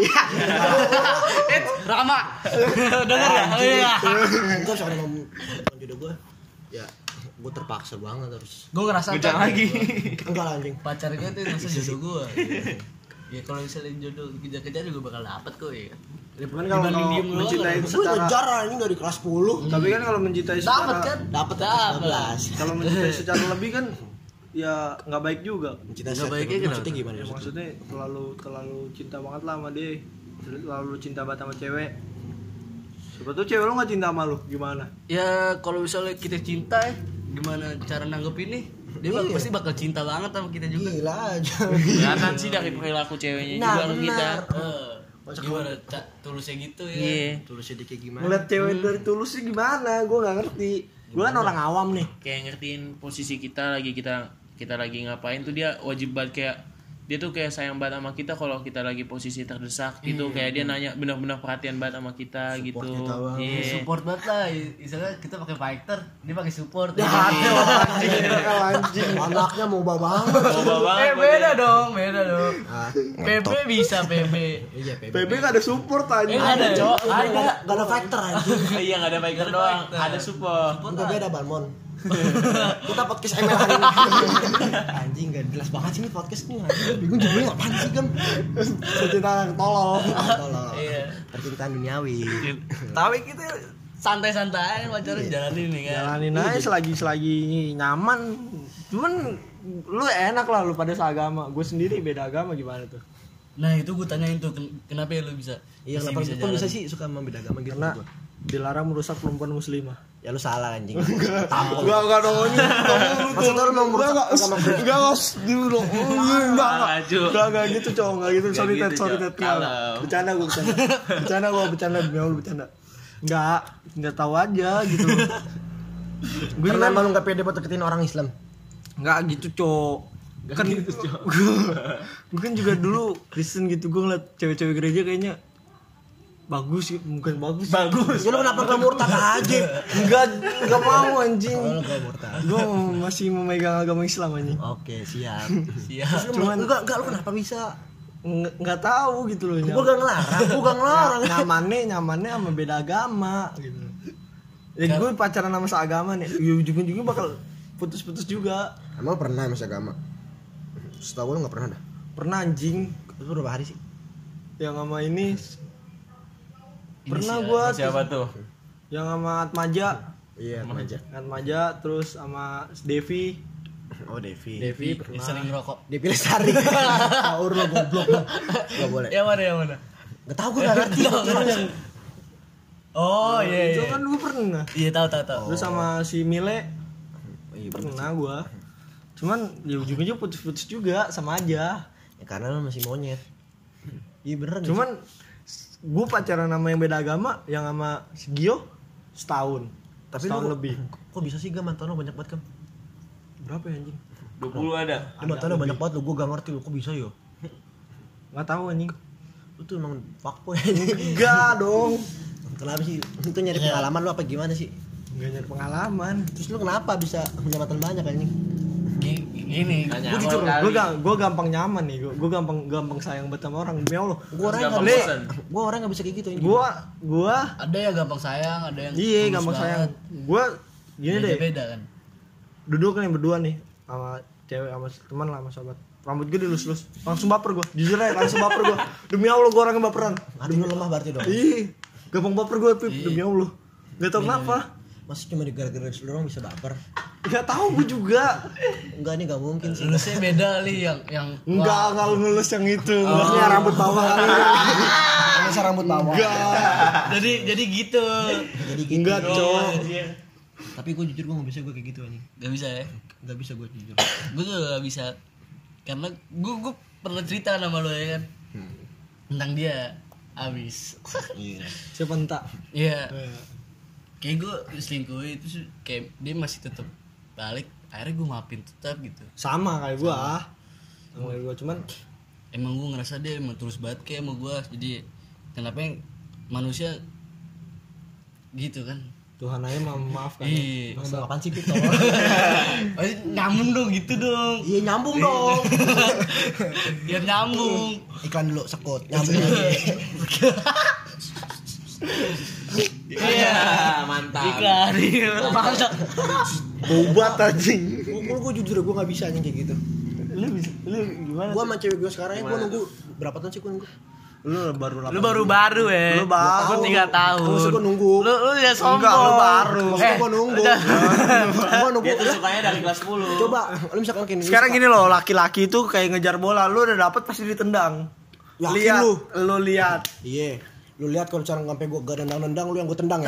Rama. Dengar ya? Iya. Gue misalkan emang bukan jodoh gue ya gue terpaksa banget harus. Gue ngerasa Ngejar lagi. Enggak lah anjing. pacar gue tuh masa jodoh gue. Ya kalau misalnya jodoh kejar-kejar juga bakal dapet kok ya. Kan kalau mencintai Gue secara ngejar anjing dari kelas 10. tapi kan kalau mencintai Dapat secara kan? Dapat kalau mencintai secara lebih kan ya nggak baik juga. Mencintai Nggak secara baiknya lebih kenapa? maksudnya gimana? Ya, maksudnya terlalu cinta banget lah sama dia. Terlalu cinta banget sama cewek. Siapa tuh cewek lu nggak cinta sama lu gimana? Ya kalau misalnya kita cinta ya, gimana cara nanggepin nih? Dia pasti bakal cinta banget sama kita juga. Gila aja. Kelihatan sih dari perilaku ceweknya juga ke kita. Gimana tulusnya gitu ya? Iya. Tulisnya dia kayak gimana? Ngeliat cewek dari tulus sih gimana? Gue nggak ngerti. Gue kan orang awam nih. Kayak ngertiin posisi kita lagi ngapain tuh dia wajib banget kayak dia tuh kayak sayang banget sama kita kalau kita lagi posisi terdesak gitu, kayak dia nanya benar-benar perhatian banget sama kita gitu. kita banget. Iya. Support banget lah, misalnya kita pakai fighter, dia pakai support. Anjing. Anaknya mau banget. Coba banget. Beda dong. Ah, PB bisa PB. iya PB. PB nggak ada support aja. Ada cowok, ada. Gak ada factor anjing. Iya nggak ada biker doang, ada support. Itu beda Balmon. Kita podcast ML hari ini. Anjing gak jelas banget sih ini podcast nih. Anjing bingung judulnya apaan sih kan? Percintaan tolol. Tolong. Iya. Percintaan duniawi. Tapi kita santai-santai pacaran jalanin nih kan. Jalanin aja selagi nyaman. Cuman lu enak lah lu pada seagama. Gue sendiri beda agama gimana tuh? Nah itu gue tanyain tuh kenapa ya lu bisa? Iya masih kenapa kok bisa jalan? sih suka membeda agama gitu? Karena gua? dilarang merusak perempuan muslimah. Ya lu salah anjing. Tampol. Enggak dong ini. Maksudnya lu mau merusak agama gue? Enggak dulu. Enggak gitu cowok, enggak gitu. Sorry gitu, Ted, sorry Cok. Ted. Kalau. Bercanda gue bercanda demi Allah bercanda. Enggak tahu aja gitu. Gue Karena emang lu gak pede buat deketin orang Islam. enggak gitu, Cok. Kan gitu, Cok. Gue kan juga dulu Kristen gitu, gue ngeliat cewek-cewek gereja kayaknya bagus sih, bukan bagus. Ya lu kenapa gak murtad aja? Enggak mau anjing. Oh, lu gak murtad. Gue masih memegang agama Islam anjing. Oke, siap. Siap. Terus lu enggak lu kenapa bisa? Nggak tahu gitu loh. Gua gak ngelarang. Nyamannya sama beda agama gitu. Ya gue pacaran sama seagama nih, ujung-ujungnya bakal putus-putus juga. Emang pernah mas agama? Setahu lu gak pernah dah? Pernah anjing. Itu berapa hari sih? Yang sama ini pernah gua Siapa tuh? yang sama Atmaja. Iya, aja. Atmaja terus sama Devi. Oh, Devi. Devi Yang pernah. sering ngerokok. Devi Lestari. Sahur lo goblok lo. Gak boleh. Yang mana? Gak tau gue gak ngerti. Oh iya. Itu kan gue pernah. Iya tahu. Terus sama si Mile Iya, pernah gua. Cuman ya ujung-ujungnya putus-putus juga sama aja. ya karena lu masih monyet. Iya beneran. Cuman gue pacaran sama yang beda agama, yang sama si Gio setahun. tapi setahun lu lebih. Kok bisa sih gak mantan lo banyak banget kan? Berapa ya anjing? 20 ada. Lu mantan lo banyak banget lo, gue gak ngerti lo kok bisa yo. Nggak tahu anjing. Lu tuh emang fuckboy anjing. Enggak dong. Kenapa sih? Itu nyari pengalaman lu apa gimana sih? Enggak nyari pengalaman. Terus lu kenapa bisa punya mantan banyak anjing? Ini Gue jujur, gue gampang nyaman nih, gue gampang sayang banget sama orang. Demi Allah. Gue orang Gampang nggak bosan. gue orang nggak bisa kayak gitu. Gue ada yang gampang sayang, ada yang iya tulus gampang sayang. banget. Gue gini deh, Beda kan. duduk kan yang berdua nih sama cewek sama teman lah sama sahabat. Rambut gue dilus-lus, langsung baper gue. Jujur aja langsung baper gue. Demi Allah gue orangnya baperan. Aduh lu lemah berarti dong. Ih, gampang baper gue Pip, demi Allah. Gak tau kenapa. Masih cuma gara-gara lu orang bisa baper. Gak tau gue juga. Enggak nih, enggak mungkin sih. Lulusnya beda li yang Enggak lu ngelus yang itu. Ngelusnya rambut bawah kali. Masa rambut bawah. Enggak. jadi gitu. Jadi gitu. Enggak, Cok. Tapi gue jujur gue nggak bisa gue kayak gitu anjing. Gak bisa ya. Nggak bisa gue jujur. Gue juga gak bisa. Karena gue pernah cerita sama lo ya kan. Tentang dia abis. Iya. Siapa entak? Iya. Kayak gue selingkuh itu kayak dia masih tetap balik. Akhirnya gue maafin tetap gitu. Sama kayak gue sama kayak gue, cuman Emang gue ngerasa dia emang tulus banget kayak sama gue. Jadi kenapa yang manusia gitu kan. Tuhan aja maafkan. Iya. Ngomong apaan sih Pip? Nyambung dong gitu dong. Iya nyambung dong. Biar nyambung. Iklan dulu sekut. Nyambung lagi. Iya, mantap. Iklan. Mantap. Obat anjing. Gue jujur gue nggak bisa anjing kayak gitu. Lu gimana? Gue sama cewek gue sekarang gue nunggu berapa tahun sih gue nunggu? Lu baru Lu baru-baru ya. Lu baru. Lu 3 tahun. Maksud gue nunggu. Lu ya sombong. Enggak, lu baru. Maksud gue nunggu. Gue nunggu. Dia tuh sukanya dari kelas 10. Coba lu misalkan gini. Sekarang gini loh, laki-laki itu kayak ngejar bola, lu udah dapet pasti ditendang. Yakin Lihat, lu? lihat. Iya. Lu lihat kalau sekarang sampai gue gak nendang-nendang lu yang gue tendang ya.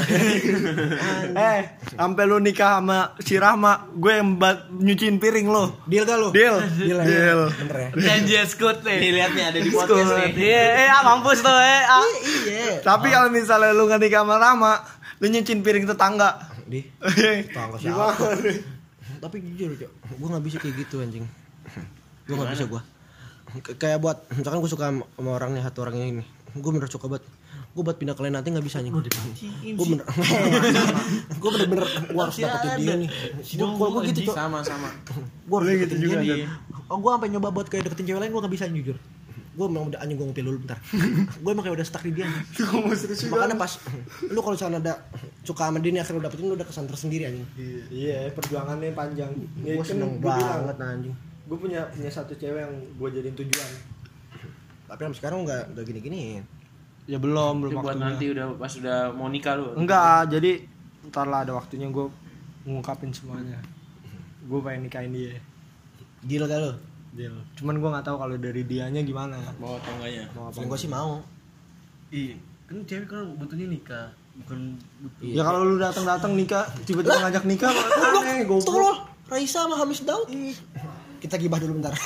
Sampai lu nikah sama si Rahma, gue yang nyuciin piring lo. Deal gak lu? Deal. Deal. Deal. Bener ya. Janji skut nih. Nih lihat nih ada di podcast nih. Iya, mampus tuh Iya. Tapi kalau misalnya lu gak nikah sama Rahma, lu nyuciin piring tetangga. Di. Tetangga Gimana? siapa? Tapi jujur, Cok, gue gak bisa kayak gitu anjing. Gue gak bisa gue. Kayak buat misalkan gue suka sama orang nih, satu orang ini. Gue bener suka banget. Gue buat pindah ke lain nanti gak bisa anjing. Gue bener. Gue bener-bener gue harus dapetin dia nih. Kalau gue gitu, Cok. Sama. Gue harus gitu deketin juga, dia Dan. nih. Oh, gue sampai nyoba buat kayak deketin cewek lain gue gak bisa jujur. Gue emang udah anjing, gue ngopi dulu bentar. Gue emang kayak udah stuck di dia. Makanya pas lu kalau misalnya ada suka sama dia nih akhirnya lu dapetin, lu udah kesan tersendiri anjing. Iya, perjuangannya panjang. Gue seneng banget anjing. Gue punya satu cewek yang gue jadiin tujuan. Tapi sampai sekarang nggak gini-gini. Ya belum Itu buat waktunya. nanti pas udah mau nikah lu. Enggak, jadi ntar lah ada waktunya gue ngungkapin semuanya. Gue pengen nikahin dia. Deal gak lu? Deal. Cuman gue nggak tahu kalau dari dianya gimana. Mau atau enggaknya? Mau apa? Feeling gue sih mau. Iya. Kan cewek kan butuhnya nikah, bukan butuh. Ya kalau lu datang nikah, tiba-tiba ngajak nikah, aneh, goblok. Tolol, Raisa sama Hamis Daud. Kita gibah dulu bentar.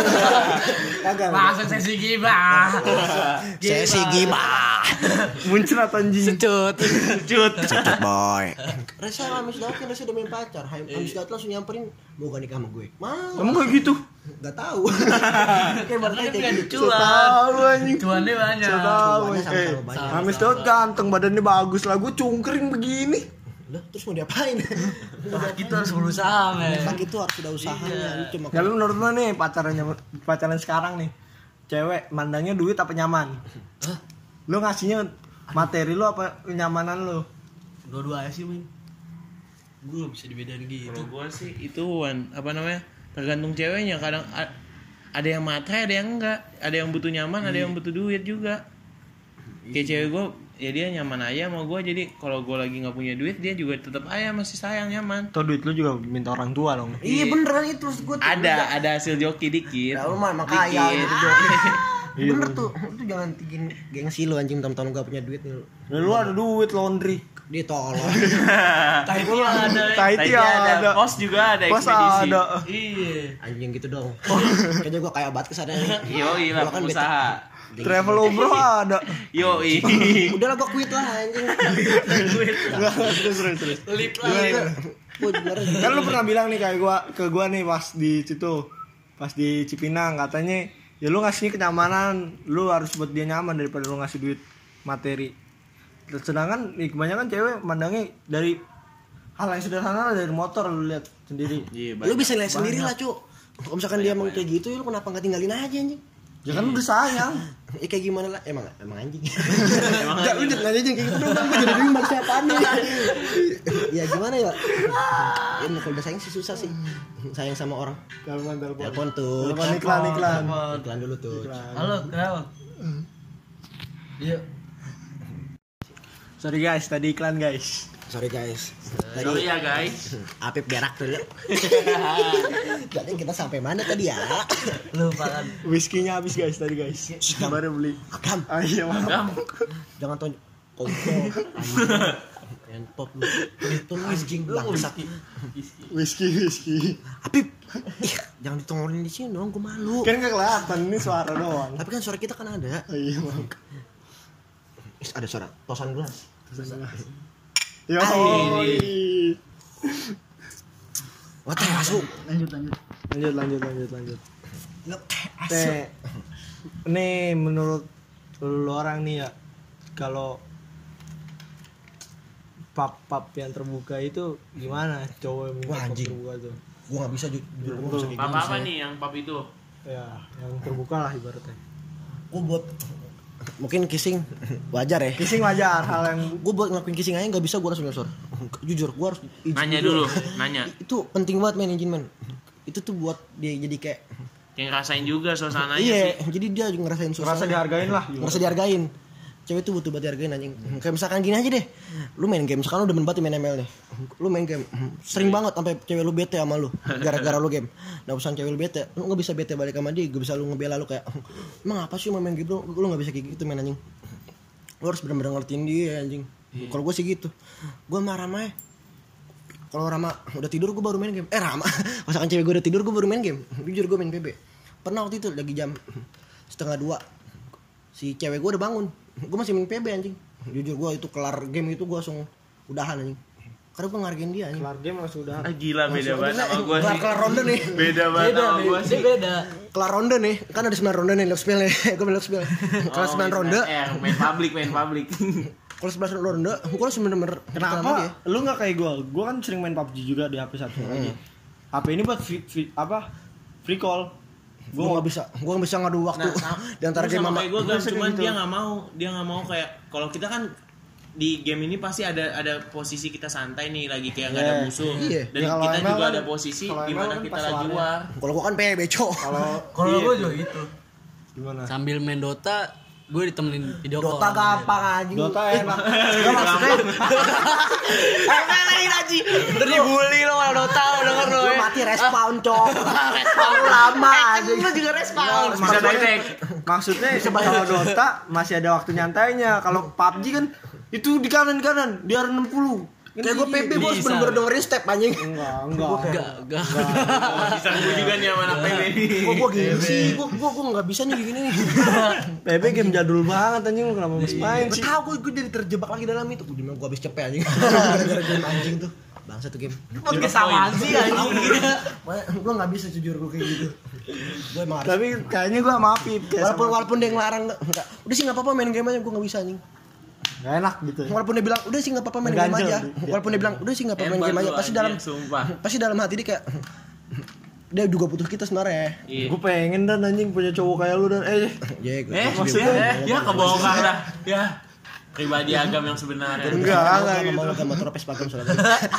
Kagak. Masuk sesi gibah. Sesi gibah. Muncrat anjing. Secut. Cut. Cepet boy. Raisa sama Hamis Daud kan Raisa udah main pacar. Hamis Daud langsung nyamperin mau gak nikah sama gue. Mau. Kamu kayak gitu? Gak tahu. Kayak baru Karena kayak kan gitu. cuan. Tahu anjing. Cuannya banyak. Tahu. Cuannya sama-sama banyak. Hamis Daud ganteng, badannya bagus lah. Gue cungkring begini. Lah, terus mau diapain? Kita harus berusaha, men. Laki itu harus ada usahanya. Cuma Ya lu menurut lu nih pacaran sekarang nih, cewek mandangnya duit apa nyaman? Lu ngasihnya materi lu apa kenyamanan lu? Dua-dua aja sih, men. Gue gak bisa dibedain gitu. Kalau gua sih itu apa namanya? Tergantung ceweknya. Kadang ada yang matre, ada yang enggak. Ada yang butuh nyaman, ada yang butuh duit juga. Kayak cewek gua ya dia nyaman aja sama gua, jadi kalau gua lagi nggak punya duit dia juga tetap aja masih sayang, nyaman. Tuh duit lu juga minta orang tua dong. iya beneran itu gue tuh. Ada hasil joki dikit. Ya lu mah emang kaya gitu. Bener tuh. Itu jangan tinggiin gengsi lu anjing, tahun-tahun gak punya duit nih lu. Ya, lu ada duit laundry. Dia tolong. Tahiti ada. Tahiti ada. Pos juga ada, Pos ekspedisi. ada. Iya. Anjing gitu dong. Kayaknya gue kaya banget kesana nih. Yoi lah, Gua kan pengusaha. Travel umroh ada. Yoi. Udah lah gue quit lah anjing. Terus. Lip lah. Gue beneran. Kan lu pernah bilang nih kayak gua nih pas di situ, pas di Cipinang, katanya ya lu ngasihnya kenyamanan, lu harus buat dia nyaman daripada lu ngasih duit materi. Sedangkan kebanyakan cewek mandangnya dari hal yang sederhana lah, dari motor lu lihat sendiri. Iya, Lu bisa lihat sendiri lah, Cuk. Kalau misalkan dia emang kayak gitu, lu kenapa nggak tinggalin aja anjing? Ya kan udah sayang. Kayak gimana lah? Emang anjing. Enggak, lu jangan nanya kayak gitu dong. Gue jadi bingung siapa nih. Ya gimana ya? Ya kalau udah sayang sih susah sih. Sayang sama orang. Telepon tuh. Iklan dulu tuh. Halo, kenapa? Iya. Sorry guys, tadi iklan guys. Sorry guys. Sorry ya guys. Apip berak dulu. Jadi kita sampai mana tadi ya? Lupa kan. Whisky-nya habis guys tadi guys. Baru beli. Agam. Ah iya mantap. Jangan tonjok. Kontol. Yang pop lu. Itu whisky bangsat. Whisky. Apip. Jangan ditongolin di sini dong, gue malu. Kan enggak kelihatan ini suara doang. Tapi kan suara kita kan ada. Iya bang. Ada suara tosan gelas. Yo. Wah, teh masuk. Lanjut. Teh. Nih menurut lu orang nih ya, kalau pap yang terbuka itu gimana cowok yang minta Wah, pap anjing. terbuka tuh? Gue nggak bisa jujur, gue bisa kayak Apa nih yang pap itu? Ya, yang terbuka lah ibaratnya. Gue buat mungkin kissing wajar ya. Kissing wajar, hal yang Gue buat ngelakuin kissing aja nggak bisa, gue langsung nyosor. Jujur, gue harus izin Nanya dulu, nanya. Itu penting banget men, izin men. Itu tuh buat dia jadi kayak Yang ngerasain juga suasananya iya, sih. jadi dia juga ngerasain suasana. ngerasa dihargain lah. Ngerasa dihargain. Cewek tuh butuh buat dihargain anjing. Kayak misalkan gini aja deh. Lu main game, sekarang lu udah banget main ML nih. Lu main game sering banget sampai cewek lu bete sama lu gara-gara lu game. Nah, urusan cewek lu bete, lu enggak bisa bete balik sama dia, gak bisa lu ngebela lu kayak emang apa sih main game lu enggak bisa kayak gitu main anjing. Lu harus benar-benar ngertiin dia anjing. Kalau gue sih gitu. Gue marah-marah. Kalau Rama udah tidur gue baru main game. Rama, misalkan cewek gue udah tidur gue baru main game. Jujur gue main PB. Pernah waktu itu lagi jam 1:30 si cewek gue udah bangun. Gue masih main PB anjing. Jujur gue itu kelar game itu gue langsung udahan anjing. Karena gue ngargain dia anjing. Kelar game langsung udah. Gila beda banget sama gua sih. Kelar ronde nih. Beda banget sama gua sih. Beda. Kelar ronde nih. Kan ada 9 ronde nih lock spell nih. Gue main lock spell. Kelar 9 ronde. Main public. Kalau 11 ronde, gue langsung bener-bener Kenapa? Lu nggak kayak gue? Gue kan sering main PUBG juga di HP satu lagi. HP ini buat free call. Gue nggak bisa ngadu waktu di antara game sama sama kayak gue cuman gitu. dia nggak mau kayak kalau kita kan di game ini pasti ada posisi kita santai nih lagi kayak nggak ada musuh Iya. dan Ya, kalau kita ML juga kan- ada posisi kalau di ML mana kan kita pas lagi warnya. war. Kalau gue kan PB cok. Kalau gue juga gitu. Gimana? Sambil main Dota, gue ditemenin video call. Dota gampang anjing. Dota enak. Enggak maksudnya. Ngapain aja? Udah dibully lo sama Dota lo denger lo Lu ya. mati respawn cok. Respawn lama anjing. Lu juga respawn. Bisa direct. Maksudnya kalau Dota masih ada waktu nyantainya. Kalau PUBG kan itu di kanan di arah 60. Kayak gue PB gue harus Bisa. bener-bener dengerin step anjing. Enggak. Enggak. Bisa gue juga nih sama anak PB nih. Gue gini sih, gue nggak bisa nih gini nih. PB game jadul banget anjing, lu kenapa masih main Gue sih? tahu gue jadi terjebak lagi dalam itu. Gue habis cepet anjing. Gara-gara game anjing tuh. Bangsa tuh game. Kesamaan sih anjing. Gue nggak bisa jujur gue kayak gitu. Gue emang harus. Tapi kayaknya gua sama Apip kayak Walaupun dia ngelarang enggak. Udah sih nggak apa-apa main game aja, gue nggak bisa anjing. Gak enak gitu ya. Walaupun dia bilang udah sih nggak apa-apa main game Ngeganjel aja. dia. Walaupun dia bilang udah sih nggak apa-apa main Hebat game aja. lu anjing, sumpah. Pasti dalam hati dia kayak dia juga butuh kita sebenarnya. Iya. Gue pengen dan anjing punya cowok kayak lu dan Ya, gue Maksudnya ya kebongkar dah. Ya. Pribadi agam yang sebenarnya. enggak nggak gitu. mau sama tropes pagam soalnya.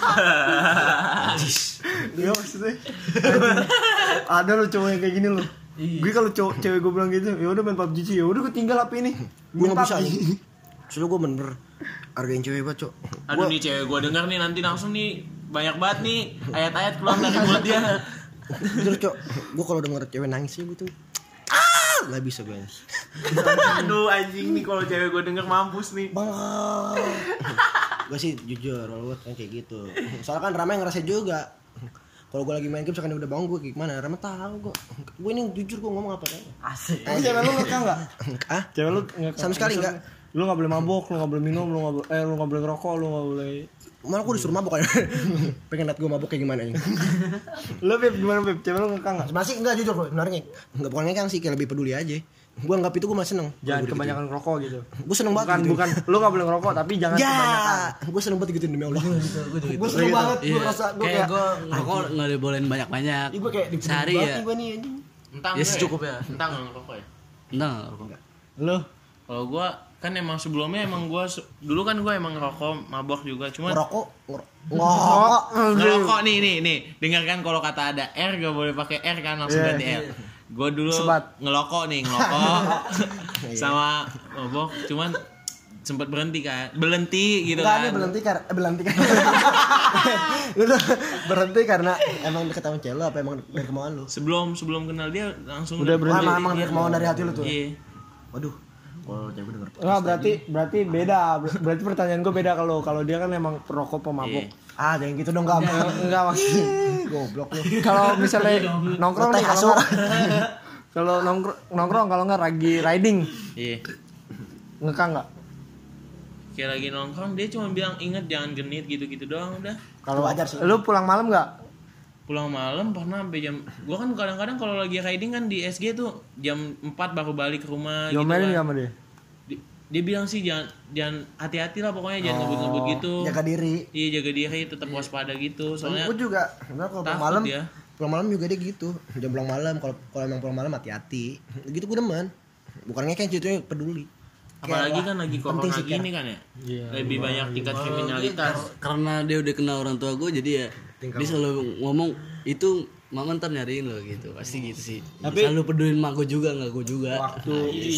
Iya maksudnya. Ada lo cowok yang kayak gini lo. Gue kalau cewek gue bilang gitu, ya udah main PUBG sih. Ya udah gue tinggal HP ini. Gue nggak bisa anjing. Soalnya gue bener hargain cewek banget cok. Aduh nih cewek gue denger nih nanti langsung nih banyak banget nih ayat-ayat keluar dari mulut dia. Jujur cok, gue kalau denger cewek nangis sih gue tuh nggak bisa gue. Aduh anjing nih kalau cewek gue denger mampus nih. Gue sih jujur, kalau gue kayak gitu. Soalnya kan Rama yang ngerasain juga. Kalau gue lagi main game, misalkan dia udah bangun gue kayak gimana, Rama tahu gue. Gue ini jujur gue ngomong apa kan? Asik. Cewek lu ngekang enggak? Ah, Cewek lu ngekang? sama sekali enggak. Lu enggak boleh mabok, lu enggak boleh minum, lu enggak boleh ngerokok, lu enggak boleh. Malah gue disuruh mabuk aja. Pengen liat gue mabuk kayak gimana ini. Lu Beb gimana Beb? Cewek lu ngekang enggak? Masih enggak jujur gue sebenarnya. Enggak bukan ngekang sih, kayak lebih peduli aja. Gue anggap itu gue masih seneng. Jangan kebanyakan ngerokok gitu. Gue seneng banget. Bukan, lu nggak boleh ngerokok tapi jangan kebanyakan. Gue seneng banget gituin demi Allah. Gue seneng banget. Gue rasa gue kayak gue ngerokok nggak dibolehin banyak-banyak. gue kayak sehari ya. Gue nih anjing. Entang Ya secukupnya. Entang ngerokok ya. Nah, Lu Kalau gua kan emang sebelumnya dulu kan gua emang ngerokok, mabok juga, cuman ngerokok nih. Dengarkan kalau kata ada R gak boleh pakai R kan langsung ganti R. Gua dulu ngelokok sama mabok, cuman sempat berhenti gitu kan. Berhenti karena emang deket sama cewek lu apa emang dari kemauan lu? Sebelum kenal dia langsung udah berhenti. Emang dari kemauan dari hati lu tuh. Iya. Waduh, kalau cewek gue denger. Enggak, berarti beda. Berarti pertanyaan gue beda kalau dia kan emang perokok pemabuk. Ah, jangan gitu dong, Enggak maksudnya. Goblok lu. Kalau misalnya nongkrong nih kalau nongkrong kalau enggak lagi riding. Iya. Ngekang enggak? Kayak lagi nongkrong dia cuma bilang ingat jangan genit gitu-gitu doang udah. Kalau wajar sih. Lu pulang malam enggak? Pulang malam pernah sampai jam gua kan kadang-kadang kalau lagi riding kan di SG tuh jam 4 baru balik ke rumah gitu Diomelin kan. enggak sama dia? Dia bilang sih jangan hati-hati lah pokoknya jangan ngebut-ngebut gitu. Jaga diri. Iya jaga diri tetap waspada gitu soalnya. Gue juga sebenarnya kalau pulang malam pulang malam juga dia gitu. Jam pulang malam kalau emang pulang malam hati-hati. Gitu gue demen. Bukannya kayak ceritanya peduli. Apalagi kan lagi corona gini kan ya. Lebih banyak tingkat kriminalitas. karena dia udah kenal orang tua gue jadi ya dia selalu ngomong itu mama ntar nyariin lo gitu pasti gitu sih. Tapi selalu peduliin mak gue juga nggak gue juga. Waktu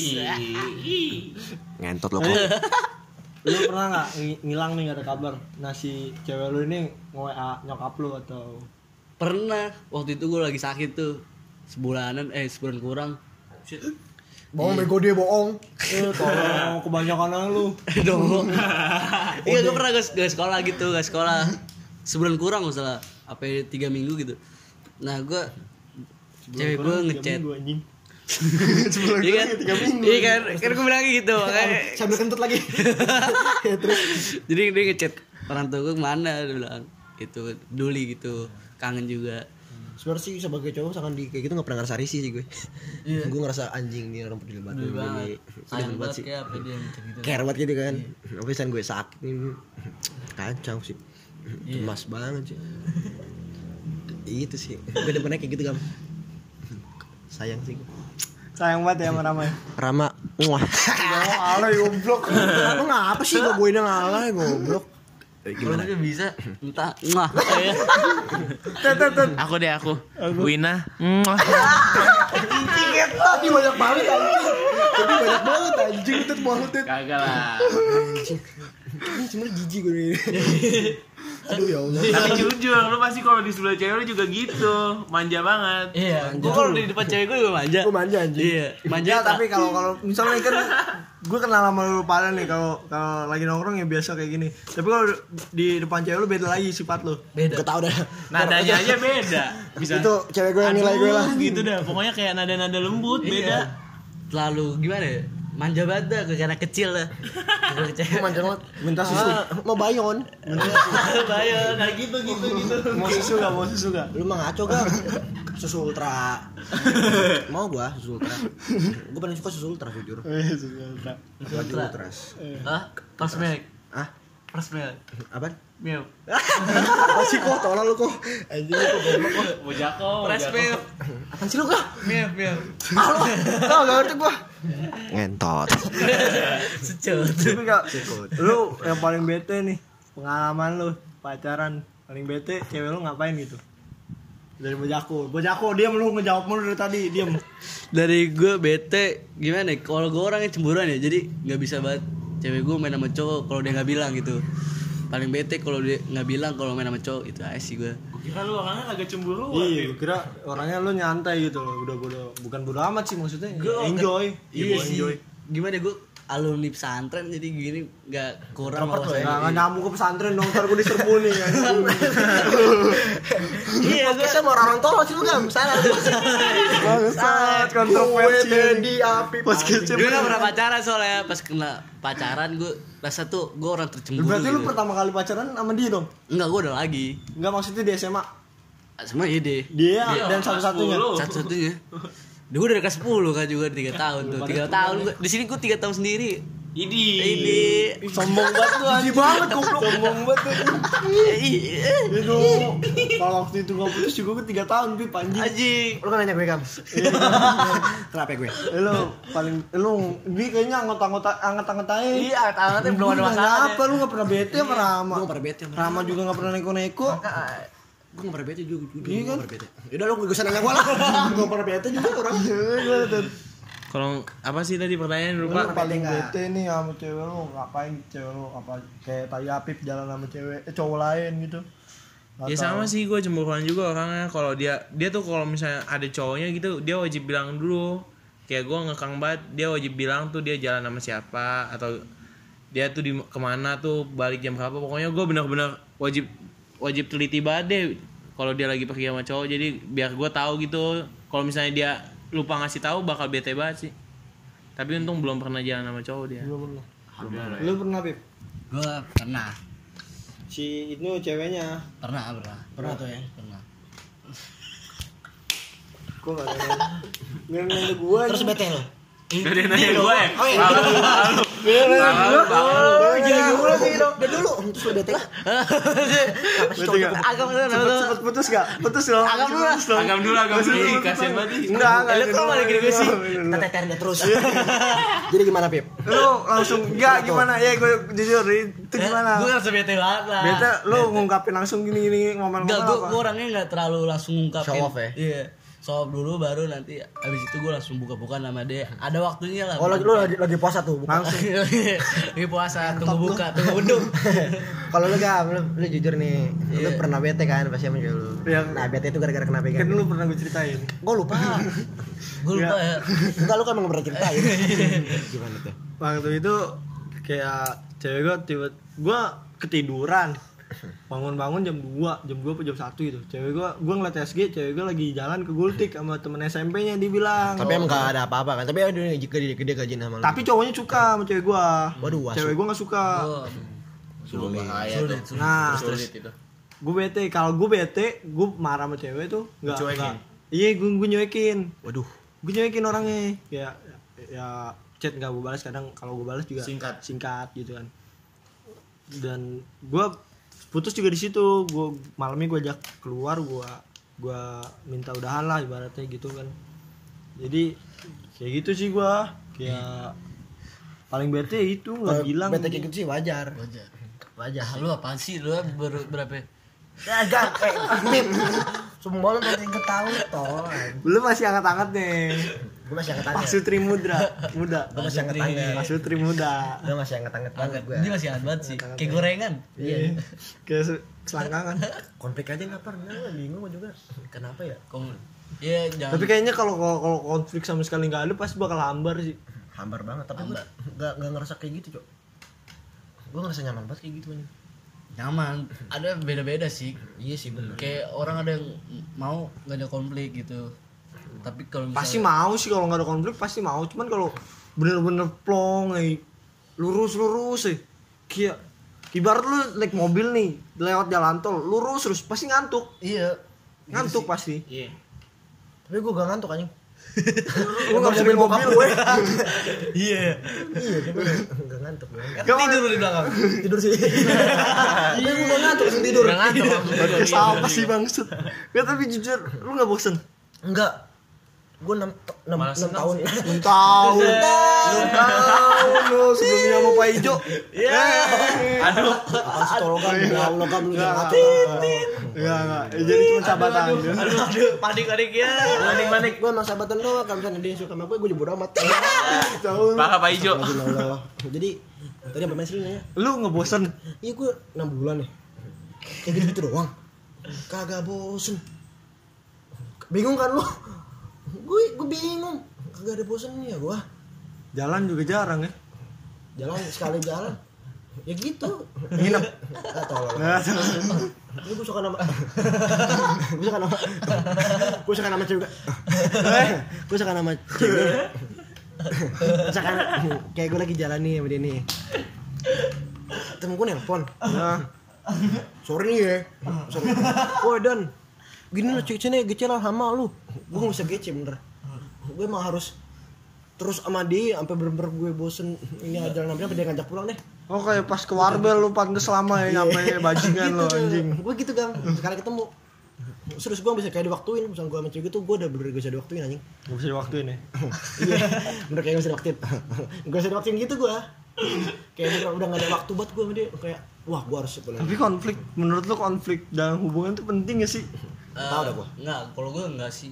Ngentot lo kok. lu pernah nggak ngilang nih gak ada kabar? Nah si cewek lu ini nge-WA nyokap lu atau? Pernah waktu itu gue lagi sakit tuh sebulan kurang. Bohong bego dia bohong. Tolong kebanyakan lu. Dong. Iya gue pernah gak sekolah gitu, gak sekolah sebulan kurang masalah apa 3 minggu gitu. Nah gue cewek gue ngechat. Iya kan? Iya kan gue bilang gitu. Sambil kentut lagi. Jadi dia ngechat orang tua gue kemana dia bilang itu peduli gitu kangen juga. Sebenarnya sih sebagai cowok sangat kayak gitu nggak pernah ngerasa risih sih gue. Iya. Gue ngerasa anjing nih orang peduli banget. Sayang banget sih. Kayak apa dia gitu. Care banget gitu kan. Tapi saat gue sakit ini kacau sih. Cemas banget sih. Itu sih. Gue demennya kayak gitu kan. Sayang sih. Sayang banget ya sama Rama. Wah. Alay goblok. Lu ngapa sih gue ini ngalay goblok. Gimana sih bisa entah ngah ya. Aku Wina. Tadi banyak banget anjing. Itu banget. Kagak lah. Ini sebenarnya jijik gue ini. Aduh ya Allah. Tapi jujur lu pasti kalau di sebelah cewek lu juga gitu, manja banget. Iya, gue kalau di depan cewek gue juga manja. Gue manja anjing. Iya, manja Ya, tapi kalau misalnya kan gue kenal sama lu pada nih kalau lagi nongkrong ya biasa kayak gini. Tapi kalau di depan cewek lu beda lagi sifat lu. beda. Gak tau dah. Nadanya aja beda. Bisa. Itu cewek gue yang nilai gue lah. Gitu dah. Pokoknya kayak nada-nada lembut beda. Terlalu gimana ya? Manja banget dah, karena kecil dah. Manja banget. Minta susu. Mau bayon. Bayon. Nah gitu. Mau susu gak? Lu mah ngaco kan? Susu ultra. Mau gua susu ultra. Gua paling suka susu ultra jujur. Susu ultra. Ultras. Hah? First milk. Ah, First milk. apaan? Milk. Apa sih kok? Tolong lu kok. Anjing lu kok goblok kok. Bojako. First milk. Apaan sih lu kok? Milk. Ah, lu. Gak ngerti gua. Ngentot. Secut. Tapi gak, lu yang paling bete nih pengalaman lu pacaran paling bete cewek lu ngapain gitu? Dari Bojako dia lu ngejawab mulu dari tadi diam. Dari gue bete gimana ya? Kalau gue orangnya cemburuan ya, jadi nggak bisa banget cewek gue main sama cowok kalau dia nggak bilang gitu. Paling bete kalau dia nggak bilang kalau main sama cowok, itu aja sih gue. Kira lu orangnya agak cemburu. Iya, gue kira orangnya lu nyantai gitu loh. Udah bukan bodo amat sih maksudnya. Enjoy. Iya sih. Gimana gue alumni pesantren jadi gini nggak kurang Introvert lo ya? Nggak nyambung ke pesantren dong, ntar gue diserbu nih kan. Iya, gue sama orang tua sih lu gak salah. Bangsat, kontroversi di api. Gue gak pernah pacaran soalnya. Pas kena pacaran gue rasa tuh gue orang tercemburu. Berarti gitu. lu pertama kali pacaran sama dia dong? Enggak, gue udah lagi. Enggak, maksudnya di SMA. Sama ide. Dia dan satu-satunya. Satu-satunya. Gue udah kelas 10 kan juga 3 tahun tuh. 3 tahun. Di sini gue 3 tahun sendiri. Ini sombong banget lu anjing banget goblok. Sombong banget tuh. Itu kalau waktu itu gua putus juga gue 3 tahun Pip anjing. anjing. Lu kan nanya gue Kam. Kenapa gue? Lu ini kayaknya anget-angetanya. Iya, tangannya belum ada masalah. Apa lu enggak pernah bete sama Rama? Gue gak pernah bete. Rama juga enggak pernah neko-neko. Gue gak pernah bete juga. Iya kan? Yaudah lu gak usah nanya gue lah. Gue pernah bete juga orang. Kalau apa sih tadi pertanyaan lupa? Lu paling bete nih sama cewek lu, ngapain cewek lu? Apa kayak Tai Apip jalan sama cewek cowok lain gitu? Ya sama sih, gue cemburuan juga orangnya. Kalau dia tuh kalau misalnya ada cowoknya gitu, dia wajib bilang dulu. Kayak gue ngekang banget, dia wajib bilang tuh dia jalan sama siapa, atau dia tuh di kemana tuh, balik jam berapa. Pokoknya gue benar-benar wajib teliti banget deh kalau dia lagi pergi sama cowok. Jadi biar gue tahu gitu. Kalau misalnya dia lupa ngasih tahu, bakal bete banget sih. Tapi untung belum pernah jalan sama cowok dia. Belum pernah. Lu pernah Pip? Gue pernah. Si itu ceweknya. Pernah Tuh ya. Pernah. Kok enggak ada. Nanya gua. Terus bete lo. Gak ada yang nanya gue ya? Oh iya. Udah dulu. Terus lu bete lah. Agam dulu. Cepet putus gak? Putus dong. Agam dulu. Agam dulu. Ih, kasihan banget. Enggak. Lu kok malah gini sih? Kita teterin dia terus. Jadi gimana Pip? Lu langsung enggak gimana? Ya gue jujur itu gimana? Gue ngerasa bete banget lah. Bete lu ngungkapin langsung gini ngomel-ngomel Enggak, apa? gue orangnya nggak terlalu langsung ngungkapin. Show off ya? Iya. Show off dulu, baru nanti abis itu gue langsung buka-bukaan sama dia. Ada waktunya lah. Oh lu lagi puasa tuh. Langsung. Lagi puasa, tunggu buka, tunggu undung. Kalau lu Gam, lu jujur nih, lu pernah bete kan pasti sama cewek lu. Nah, bete itu gara-gara kenapa Kan kan? lu pernah gue ceritain. Gue lupa. Gue lupa ya. Enggak, lu kan emang pernah ceritain. Gimana tuh? Waktu itu kayak cewek gue ketiduran. Bangun-bangun jam 2 apa jam 1 gitu. Cewek gue ngeliat SG, cewek gue lagi jalan ke Gultik sama temen SMP-nya, dia bilang. Tapi emang gak ada apa-apa kan. Tapi dia gede gajin sama lu. Tapi cowoknya suka sama cewek gue. Waduh, Cewek gue gak suka. Sulit. Nah, Sulit itu. gue bete. Kalau gue bete, gue marah sama cewek tuh Cuekin. Iya, gue nyuekin. Waduh. Gue nyuekin orangnya. Ya chat gak gue balas, kadang kalau gue balas juga singkat gitu kan. Dan gue putus juga di situ. Gue malamnya gue ajak keluar, gue minta udahan lah ibaratnya gitu kan. Jadi kayak gitu sih gue, kayak paling bete itu nggak bilang. Bete kayak gitu sih wajar. Lu apaan sih? Lu baru berapa? Ya gak Pip. Semua lu nanti ketahui toh. Belum, masih hangat-hangat nih. Gue masih angkat-angkat. Pasutri muda. Gue masih angkat-angkat. Pasutri muda. Gue masih angkat-angkat banget gue. Dia masih hangat banget sih. Kayak gorengan. Iya. Kayak selangkangan. Konflik aja nggak pernah, bingung juga. Kenapa ya? Iya, jangan. Tapi kayaknya kalau konflik sama sekali nggak ada pasti bakal hambar sih. Hambar banget. Tapi gue nggak ngerasa kayak gitu cok. Gue ngerasa nyaman banget kayak gitu aja. Nyaman. Ada beda-beda sih. Iya sih bener. Kayak orang ada yang mau nggak ada konflik gitu. Tapi kalau misalnya Pasti mau sih kalau nggak ada konflik, pasti mau. Cuman kalau bener-bener plong, lurus sih. Kayak ibarat lu naik mobil nih, lewat jalan tol, lurus terus pasti ngantuk. Iya. Ngantuk pasti. Iya. Tapi gue gak ngantuk anjing. Lu nggak bisa mobil gue. iya. Iya, gak ngantuk gue. Tidur di belakang. Tidur sih. Iya, gue gak ngantuk langsung tidur. Udah ngantuk. Apa sih bangsat? Gak, tapi jujur, lu nggak bosen? Enggak. Gue 6 tahun. 6 tahun lu sebelumnya sama Pak Ijo. Aduh. Tolongan ya Allah kan lu jangan Enggak. Jadi cuma sahabatan. Aduh, panik ya. Manik gue emang sahabatan doang. Kalau misalnya dia suka sama gue bodo amat. Paha Pak Ijo. Allah. Jadi tadi apa sih nanya? Lu ngebosen? Iya gue 6 bulan nih. Kayak gitu doang. Kagak bosen. Bingung kan lu? Gue bingung. Kagak ada bosennya gua. Jalan juga jarang ya. Jalan sekali jalan. Ya gitu. Nginep. Enggak tolong. Ini gue suka nama. Gue suka nama cewek. Gue suka nama cewek. Misalkan kayak gue lagi jalan nih sama dia nih. Temen gue nelpon. Sorry nih ya. Sorry. Woi Dan, gini lah cewek-ceweknya gece lah sama lu. Gue gak bisa gece bener. gue emang harus terus sama dia sampai bener-bener gue bosen ini aja namanya sampai dia ngajak pulang deh. Oh kayak pas ke Warbel lu pantes lama ya nyampe bajingan lo anjing. Gue gitu Gam, sekarang ketemu terus gue bisa kayak diwaktuin, misalnya gue sama cewek gitu gue udah bener gak bisa diwaktuin anjing. Gak bisa diwaktuin ya. Iya bener kayak gak bisa diwaktuin. Gak bisa diwaktuin gitu gue, kayak udah gak ada waktu buat gue sama dia, kayak wah gue harus pulang. Tapi konflik, menurut lu konflik dalam hubungan tuh penting gak sih? Tahu dah gue. Enggak, kalau gue enggak sih.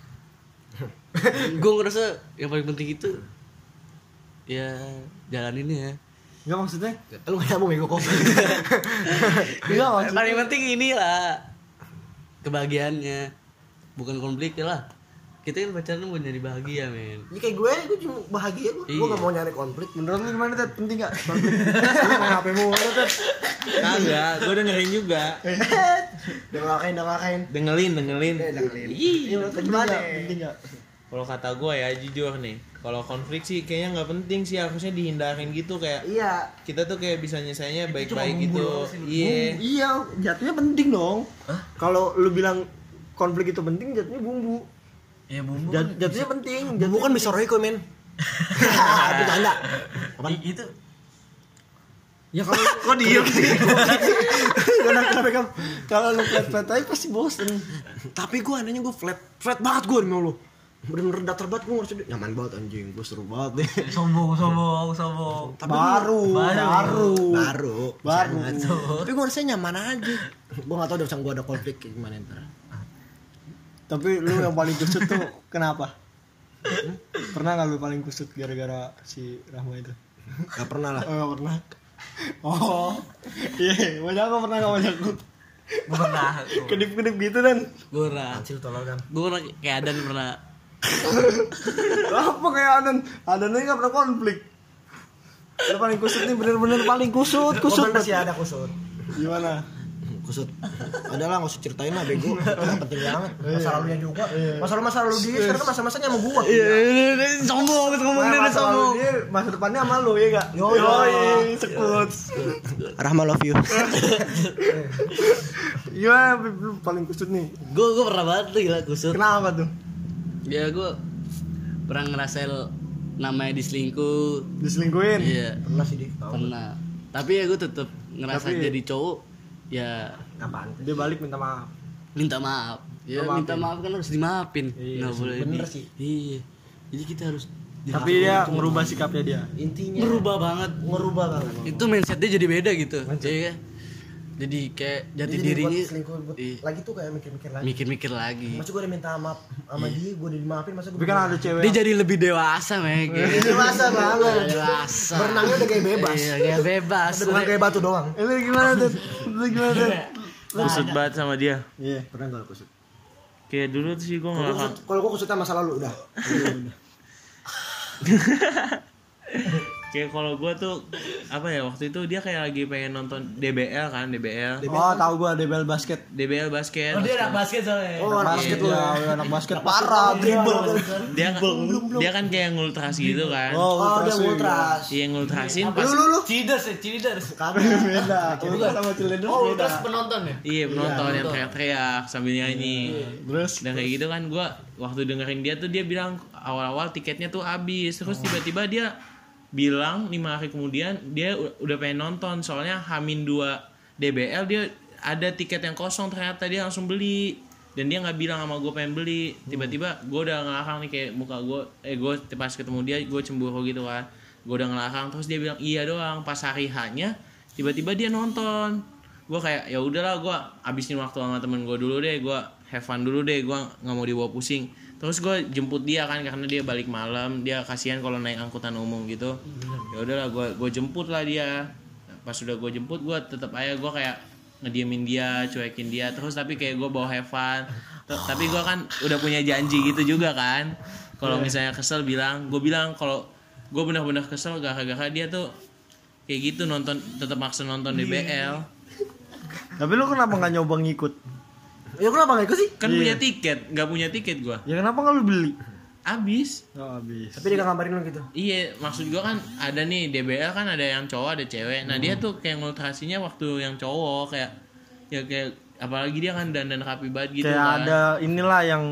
Gue ngerasa yang paling penting itu ya jalaninnya. Enggak maksudnya? Lu gak nyambung ya gue kok. Enggak maksudnya. Paling penting inilah kebahagiaannya, bukan konflik lah. Kita kan pacaran mau nyari bahagia, men. Ini kayak gue cuma bahagia gue. Gue gak mau nyari konflik. Menurut lu gimana Ted? Penting gak konflik? Lu main HP mulu Ted. Kagak, gue dengerin juga. Udah ngakain. Dengerin. Iya, gimana? Penting gak? Kalau kata gue ya jujur nih, kalau konflik sih kayaknya nggak penting sih, harusnya dihindarin gitu, kayak Iya. kita tuh kayak bisa nyelesainya baik-baik gitu. Iya. Iya, jatuhnya penting dong. Kalau lu bilang konflik itu penting, jatuhnya bumbu. Ya bumbu. Jatuhnya penting. Bumbu kan bisa Royco men. Bercanda. Itu Ya kalau kok diem sih? Kenapa kamu? Kalau lu flat aja pasti bosen. Tapi gue anehnya gue flat banget gue demi Allah. Bener-bener datar banget gue ngerasa nyaman banget anjing, gue seru banget deh. sombong. Tapi Baru. Tapi gue rasanya nyaman aja. Gue gak tau deh gue ada konflik kayak gimana ntar. Tapi lu yang paling kusut tuh kenapa? Pernah gak lu paling kusut gara-gara si Rahma itu? Gak pernah lah. Oh gak pernah. Oh iya, banyak aku pernah gak banyak aku. Gue pernah. Kedip-kedip gitu dan. Gue pernah. Kecil tolol kan. Gue pernah kayak Adan pernah. Apa kayak Adannya gak pernah konflik. Lu paling kusut nih, bener-bener paling kusut. Kusut masih ada kusut. Gimana? Kusut. Adalah gak usah ceritain lah bego. Penting banget. Masa lalunya juga. Masa lalu dia sekarang kan masa-masanya sama gua. Sombong, ngomongin Masa lalu dia, masa depannya sama lu ya gak? Yoi, sekut. Rahma love you. Gimana lu paling kusut nih? Gue pernah banget tuh gila kusut. Kenapa tuh? Ya gue pernah ngerasain namanya diselingkuh. Diselingkuhin? Iya, Pernah sih dia. pernah. Tapi ya gue tetep ngerasa Tapi- jadi cowok. Ya Apaan? Dia balik minta maaf. minta maaf. Ya Maafin. minta maaf kan harus dimaafin. Iya Nggak sih, boleh bener sih. Iya. Jadi kita harus Tapi dia ngerubah sikapnya dia. Intinya ngerubah banget. ngerubah banget. Itu mindsetnya jadi beda gitu. Iya kan? Jadi kayak jati Jadi dirinya buat selingkuh buat iya, lagi tuh kayak mikir-mikir lagi. mikir-mikir lagi. Masa gue udah minta maaf sama dia, gue udah dimaafin, masa gue Tapi kan ada cewek Dia jadi lebih dewasa, Mek. dewasa banget. Dewasa. Berenangnya udah kayak bebas. Iya, kayak bebas. Tapi bukan kayak batu doang. Lu gimana tuh? Lu gimana tuh? Kusut banget sama dia. Iya. Pernah gak kusut? Kayak dulu tuh sih gue nggak. Kalau gue kusutnya masa lalu udah. Kayak kalau gue tuh apa ya, waktu itu dia kayak lagi pengen nonton DBL kan, DBL Oh, tahu gua DBL basket. DBL basket. Dia anak basket soalnya. Oh, anak Basket basket ya, anak basket parah, dribble. Dia kan kayak ngultras gitu kan. Oh, dia ultras. Iya ngultrasin pas Lu. Cheerleaders. Beda. Bukan sama cheerleader Oh, beda. terus penonton ya? iya penonton yang teriak-teriak sambil nyanyi. Terus Dan kayak gitu kan gue waktu dengerin dia tuh dia bilang awal-awal tiketnya tuh habis, terus tiba-tiba dia bilang 5 hari kemudian dia udah pengen nonton, soalnya H-2 DBL dia ada tiket yang kosong, ternyata dia langsung beli dan dia nggak bilang sama gue pengen beli. Tiba-tiba gue udah ngelakang nih kayak muka gue pas ketemu dia gue cemburu gitu kan, gue udah ngelakang terus dia bilang iya doang. Pas hari H-nya tiba-tiba dia nonton, gue kayak ya udahlah gue abisin waktu sama temen gue dulu deh, gue have fun dulu deh, gue nggak mau dibawa pusing. Terus gue jemput dia kan karena dia balik malam, dia kasihan kalau naik angkutan umum gitu. Ya udahlah gue jemput lah dia. Pas udah gue jemput gue tetap aja gue kayak ngediemin dia, cuekin dia terus, tapi kayak gue bawa have fun. Tapi gue kan udah punya janji gitu juga kan. Kalau misalnya kesel gue bilang kalau gue benar-benar kesel gara-gara dia tuh kayak gitu nonton, tetap maksa nonton DBL. tapi lu kenapa nggak nyoba ngikut? Ya kenapa gak ikut sih? Kan punya tiket, nggak punya tiket gue. Ya kenapa nggak lu beli? Abis. Oh, habis. Tapi dia gak ngabarin lu gitu. Iya, maksud gua kan ada nih DBL kan ada yang cowok ada cewek. Nah, dia tuh kayak ngultrasinya waktu yang cowok kayak ya kayak apalagi dia kan dandan rapi banget gitu Kayak kan. ada inilah yang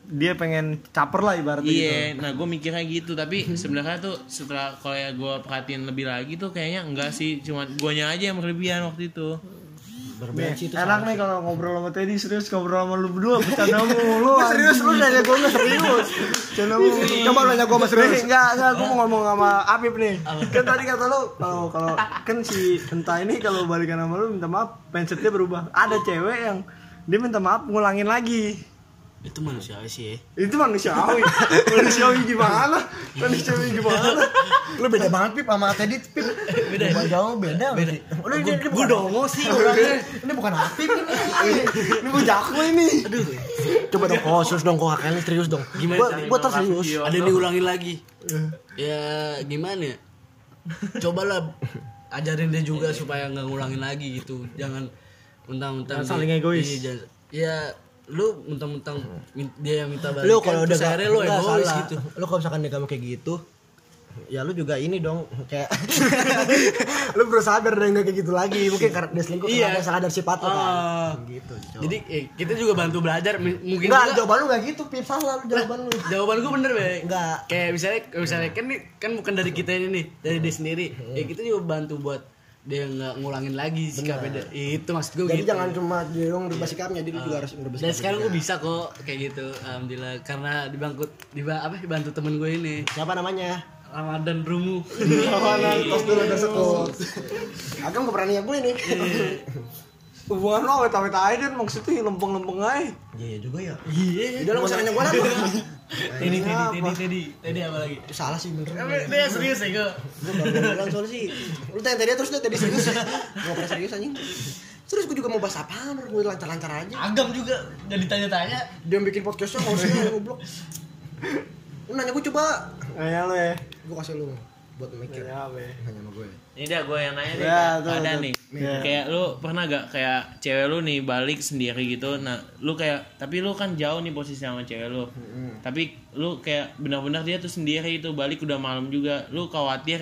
dia pengen caper lah ibaratnya gitu. Iya, nah gue mikirnya gitu, tapi sebenarnya tuh setelah kalau ya gue perhatiin lebih lagi tuh kayaknya enggak sih, cuma guanya aja yang berlebihan waktu itu. Berbenci itu Enak nih kalau ngobrol sama Teddy, serius ngobrol sama lu berdua bercanda mulu. Serius lu nanya gue nggak serius. Bercanda mulu. Coba lu nanya gue sama serius. Enggak, gue mau ngomong sama Apip nih. Kan tadi kata lu kalau kan si Entah ini kalau balikan sama lu minta maaf, mindsetnya berubah. Ada cewek yang dia minta maaf ngulangin lagi. Itu manusiawi sih ya. Itu manusiawi. Manusiawi gimana? Manusiawi gimana? lu beda banget Pip sama Teddy Pip. Beda jauh beda. Lu ini Gue dongo sih orangnya. ini bukan Apip ini. Ini gue jago ini. Aduh. Coba dong, serius dong, kok kalian serius dong. Gimana? Gua terus serius. Ada yang diulangin lagi. Ya gimana ya? Cobalah ajarin dia juga supaya nggak ngulangin lagi gitu. Jangan mentang-mentang Jangan saling egois. Ya lu mentang-mentang dia yang minta balikan. Lu kalau udah akhirnya lu enggak egois salah. gitu. Lu kalau misalkan dia kamu kayak gitu, ya lu juga ini dong kayak Lu berusaha biar dia nggak kayak gitu lagi. Mungkin karena dia selingkuh Iya. karena salah dari sifat lu kan. gitu. Jadi kita juga bantu belajar mungkin Enggak, juga jawaban lu enggak gitu, Pip. Salah lu jawaban lu. jawaban gue bener be. Enggak. Kayak misalnya kan nih kan bukan dari kita ini nih, dari dia sendiri. Ya kita juga bantu buat dia nggak ngulangin lagi sikapnya dia. Itu maksud gue Jadi gitu. jangan cuma dia dong berubah sikapnya, dia juga harus berubah Dan sikap. sekarang gue bisa kok kayak gitu, alhamdulillah karena dibantu temen gue ini Siapa namanya? Ramadan Rumu. Tos dulu udah sekut. Agam gak berani gue ini. Hubungan lo awet-awet aja dan maksudnya lempeng-lempeng aja. Iya juga ya. Iya. Udah lu enggak usah nanya gue lah. Tadi apa lagi? Salah sih bener. Dia serius ya gue. Gue baru bilang soalnya sih. Lu tanya tadi terus tadi serius. Gak pernah serius anjing. Terus gue juga mau bahas apaan, gue lancar-lancar aja. Agam juga nggak ditanya-tanya. Dia bikin podcastnya nggak usah ngoblok. Lu nanya gue coba. Nanya lo ya. Gue kasih lu buat mikir. Ya, be. Nanya sama gue. Ini dah gue yang nanya deh. Ya, Ada tuh. nih. Ya. Kayak lu pernah gak kayak cewek lu nih balik sendiri gitu. Nah, lu kayak tapi lu kan jauh nih posisi sama cewek lu. Tapi lu kayak benar-benar dia tuh sendiri itu balik udah malam juga. Lu khawatir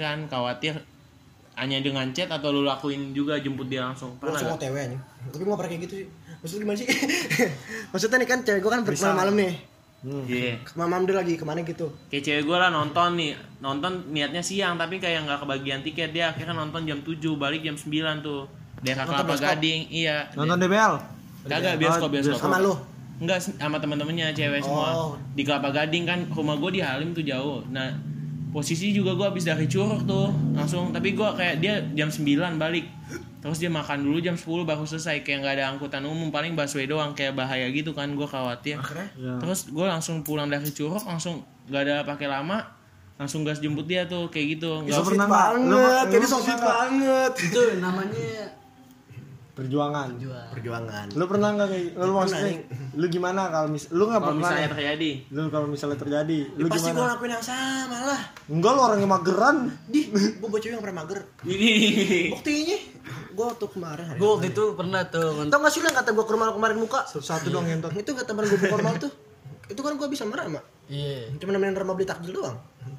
hanya dengan chat atau lu lakuin juga jemput dia langsung? Gue Pernah langsung gak? OTW anjing. Tapi gue gak pernah kayak gitu sih. Maksudnya gimana sih? Maksudnya nih kan cewek gue kan malam nih. Iya. Malam dia lagi kemana gitu. Kayak cewek gue lah nonton niatnya siang tapi kayak nggak kebagian tiket, dia akhirnya nonton jam 7 balik jam 9 tuh daerah Nonton Kelapa bioskop? Gading. Iya. Nonton DBL. Kagak bioskop. Sama lu. Enggak, sama teman-temannya cewek semua. Oh. Di Kelapa Gading kan rumah gue di Halim tuh jauh. Nah, posisi juga gue habis dari Curug tuh langsung, tapi gue kayak dia jam 9 balik. Terus dia makan dulu jam 10 baru selesai, kayak nggak ada angkutan umum, paling busway doang, kayak bahaya gitu kan, gue khawatir. Akhirnya Terus gue langsung pulang dari Curug, langsung nggak ada pakai lama, langsung gas jemput dia tuh kayak gitu. Lu Nggak pernah nggak? banget. Jadi Lu so sweet pernah nggak? banget. Itu namanya Perjuangan. Perjuangan. Lu pernah nggak kayak lu maksudnya lu gimana kalau lu nggak kalau pernah misalnya nih? terjadi. Lu kalau misalnya terjadi lu Pasti gue gimana? lakuin yang sama lah. Enggak, lu orang yang mageran. Di, gue baca yang pernah mager. Ini Buktinya, gue waktu kemarin hari. gue waktu itu pernah tuh Tau gak sih lu yang kata gue ke rumah lu kemarin muka? Satu dong yang Itu kata temen gue buka rumah lu tuh. Itu kan gue bisa merah mak. iya Cuma nemenin Rama beli takjil doang.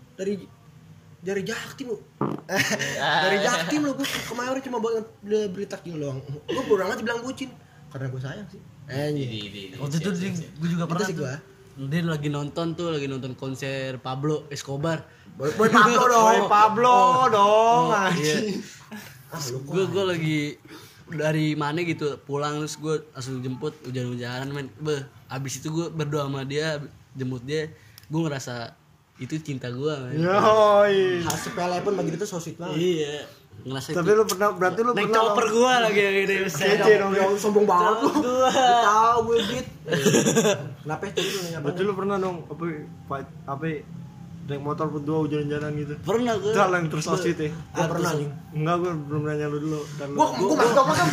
Dari Jaktim lu. Dari Jaktim lu, gue ke Mayoran cuma buat beli takjil doang. Gue kurang aja bilang bucin. Karena gue sayang sih. waktu itu gue juga pernah sih tuh. gua. Dia lagi nonton konser Pablo Escobar. Boy Pablo dong. Boy Pablo dong. Iya. anjing. Gue lagi dari mana gitu pulang, terus gue langsung jemput hujan-hujanan men. Abis itu gue berdoa sama dia, jemput dia, gue ngerasa itu cinta gue men. Yoi. Hal sepele pun bagi dia tuh so sweet banget. Iya, ngerasa Tapi itu. lu pernah berarti lu Naik pernah chopper gue lagi yang ini. Kece dong. Yang sombong banget lu. Gua. Tahu gue dit. Kenapa itu lu nanya Berarti lu pernah dong apa naik motor berdua hujan-hujanan gitu. Pernah gue. Itu hal yang terus osit ya. Gue pernah anjing. Enggak, gue belum nanya lu dulu. Dan lu. Gue masih tau kan.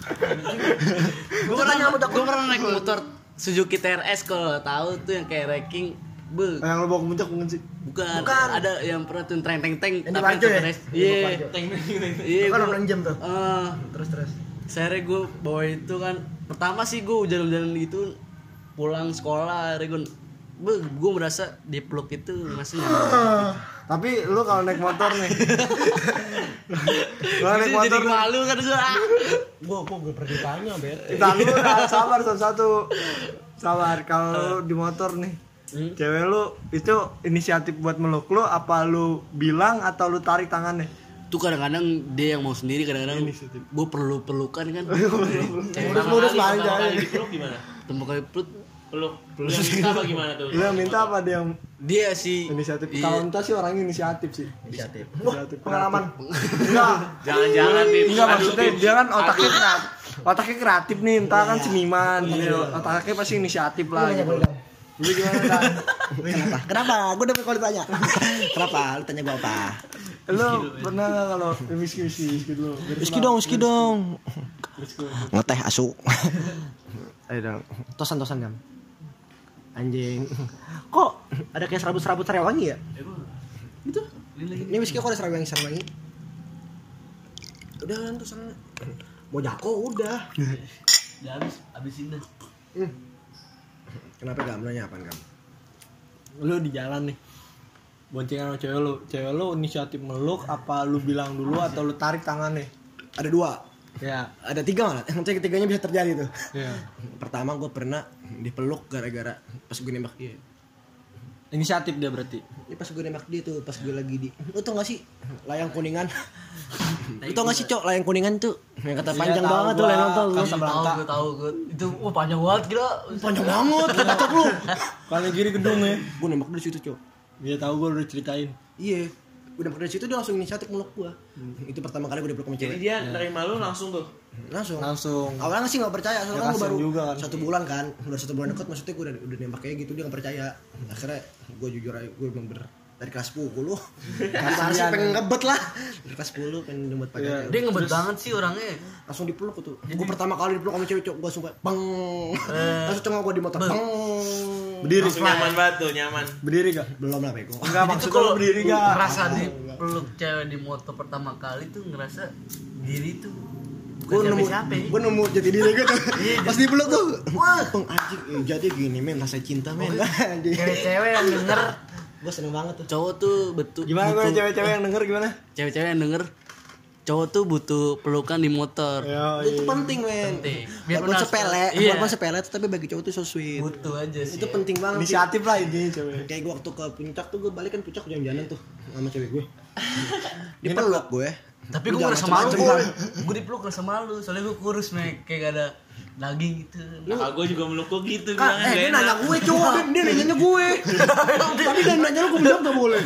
Gue pernah naik motor Suzuki TRS, kalau tahu tuh yang kayak wrecking. Yang lu bawa ke puncak bukan sih? Bukan. Bukan. Ada yang pernah tuh teng Yang di tapi Warjo ya? TRS. Iya. Iya. Itu kan gua- orang jam tuh. Terus. Sehari gue bawa itu kan, pertama sih gue hujan-hujanan gitu pulang sekolah, akhirnya gue gue merasa dipeluk itu masih Tapi lu kalau naik motor nih. Kalau naik motor nih. malu kan Gua gak pernah ditanya, bete. Tahu sabar satu-satu. Sabar kalau di motor nih. Cewek lu itu inisiatif buat meluk lu apa lu bilang atau lu tarik tangannya? tuh kadang-kadang dia yang mau sendiri, kadang-kadang gue perlu pelukan kan. Mulus paling Pertama jauh. kali dipeluk gimana? Temu kali peluk Peluk yang minta apa gimana tuh? Lu yang minta apa dia yang dia sih inisiatif? iya. Kalau entah sih orangnya inisiatif sih. Inisiatif. Inisiatif. Pengalaman. Enggak. Jangan-jangan Enggak maksudnya dia kan otaknya kreatif nih, entah kan seniman gitu. Otaknya pasti inisiatif lah gitu. Lu gimana kan? Kenapa? Gue udah kalau ditanya. Kenapa? Lu tanya gue apa? Lu pernah nggak kalau whisky gitu? Whisky dong. Ngeteh asu. Ayo dong. Tosan kan. Anjing. Kok ada kayak serabut-serabut Sariwangi ya? Itu Ini whisky kok ada Sariwangi. Udah kan tosan. Mau jako udah. udah habisin dah. Kenapa gak nanya apaan kamu? Lu di jalan nih. Boncengan sama cewek lu inisiatif meluk apa lu bilang dulu atau lu tarik tangannya? Ada 2. Ya. Ada 3 malah. Yang ketiganya bisa terjadi tuh. Ya. Pertama gue pernah dipeluk gara-gara pas gue nembak dia. Inisiatif dia berarti. Ini pas gue nembak dia tuh, pas gue lagi di. Lu tau gak sih layang kuningan? Lu tau gak sih Cok, layang kuningan tuh? Yang kata panjang tahu banget gua. tuh layang nonton. Tahu gue itu panjang banget gila. Panjang banget, kata Cok lu. Paling kiri gedung ya. Gue nembak dari situ Cok. Dia tahu gue udah ceritain. Iya. Gue nembak dari situ dia langsung inisiatif meluk gue. Itu pertama kali gue dipeluk sama Jadi cewek. dia nerima lu langsung tuh. Langsung. Awalnya sih nggak percaya, soalnya Ya, kan gue kasian baru juga kan. 1 bulan kan, udah 1 bulan deket, maksudnya gue udah nembak kayak gitu dia nggak percaya. Akhirnya gue jujur aja, gue emang bener dari kelas 10 karena sih pengen ngebet lah dari kelas 10 pengen ngebet pakai Dia ngebet banget sih orangnya. langsung dipeluk tuh. Gue pertama kali dipeluk sama cewek Cok, gue sumpah bang. Langsung cengok gue di motor bang. Berdiri. Langsung nyaman banget tuh, nyaman. Berdiri gak? Belum lah bego. Enggak maksudnya lu berdiri gak? Ngerasa dipeluk cewek di motor pertama kali tuh ngerasa diri tuh Gue nemu jati diri gue tuh. Pas dipeluk tuh. Wah, bang anjing. Jadi gini men, rasa cinta men. Cewek-cewek yang denger, Gue seneng banget tuh. cowok tuh betul. Gimana gue cewek-cewek yang denger gimana? Cewek-cewek yang denger, cowok tuh butuh pelukan di motor. Ya, Itu penting men. Penting. Biar Walaupun benar, sepele, iya. walaupun sepele tapi bagi cowok tuh so sweet. Butuh aja sih. Itu penting banget. sih. inisiatif lah ini cewek. Kayak gue waktu ke puncak tuh gue balik kan puncak jalan-jalan tuh sama cewek gue. Dipeluk gue. Tapi gue ngerasa malu, gue dipeluk ngerasa malu, soalnya gue kurus mek, kayak gak ada daging gitu. Nah, gue juga meluk lu gitu Kak, bilangnya dia gak nanya enak. gue cowok, dia nanya gue. Tapi dia nanya lu gue bilang gak boleh.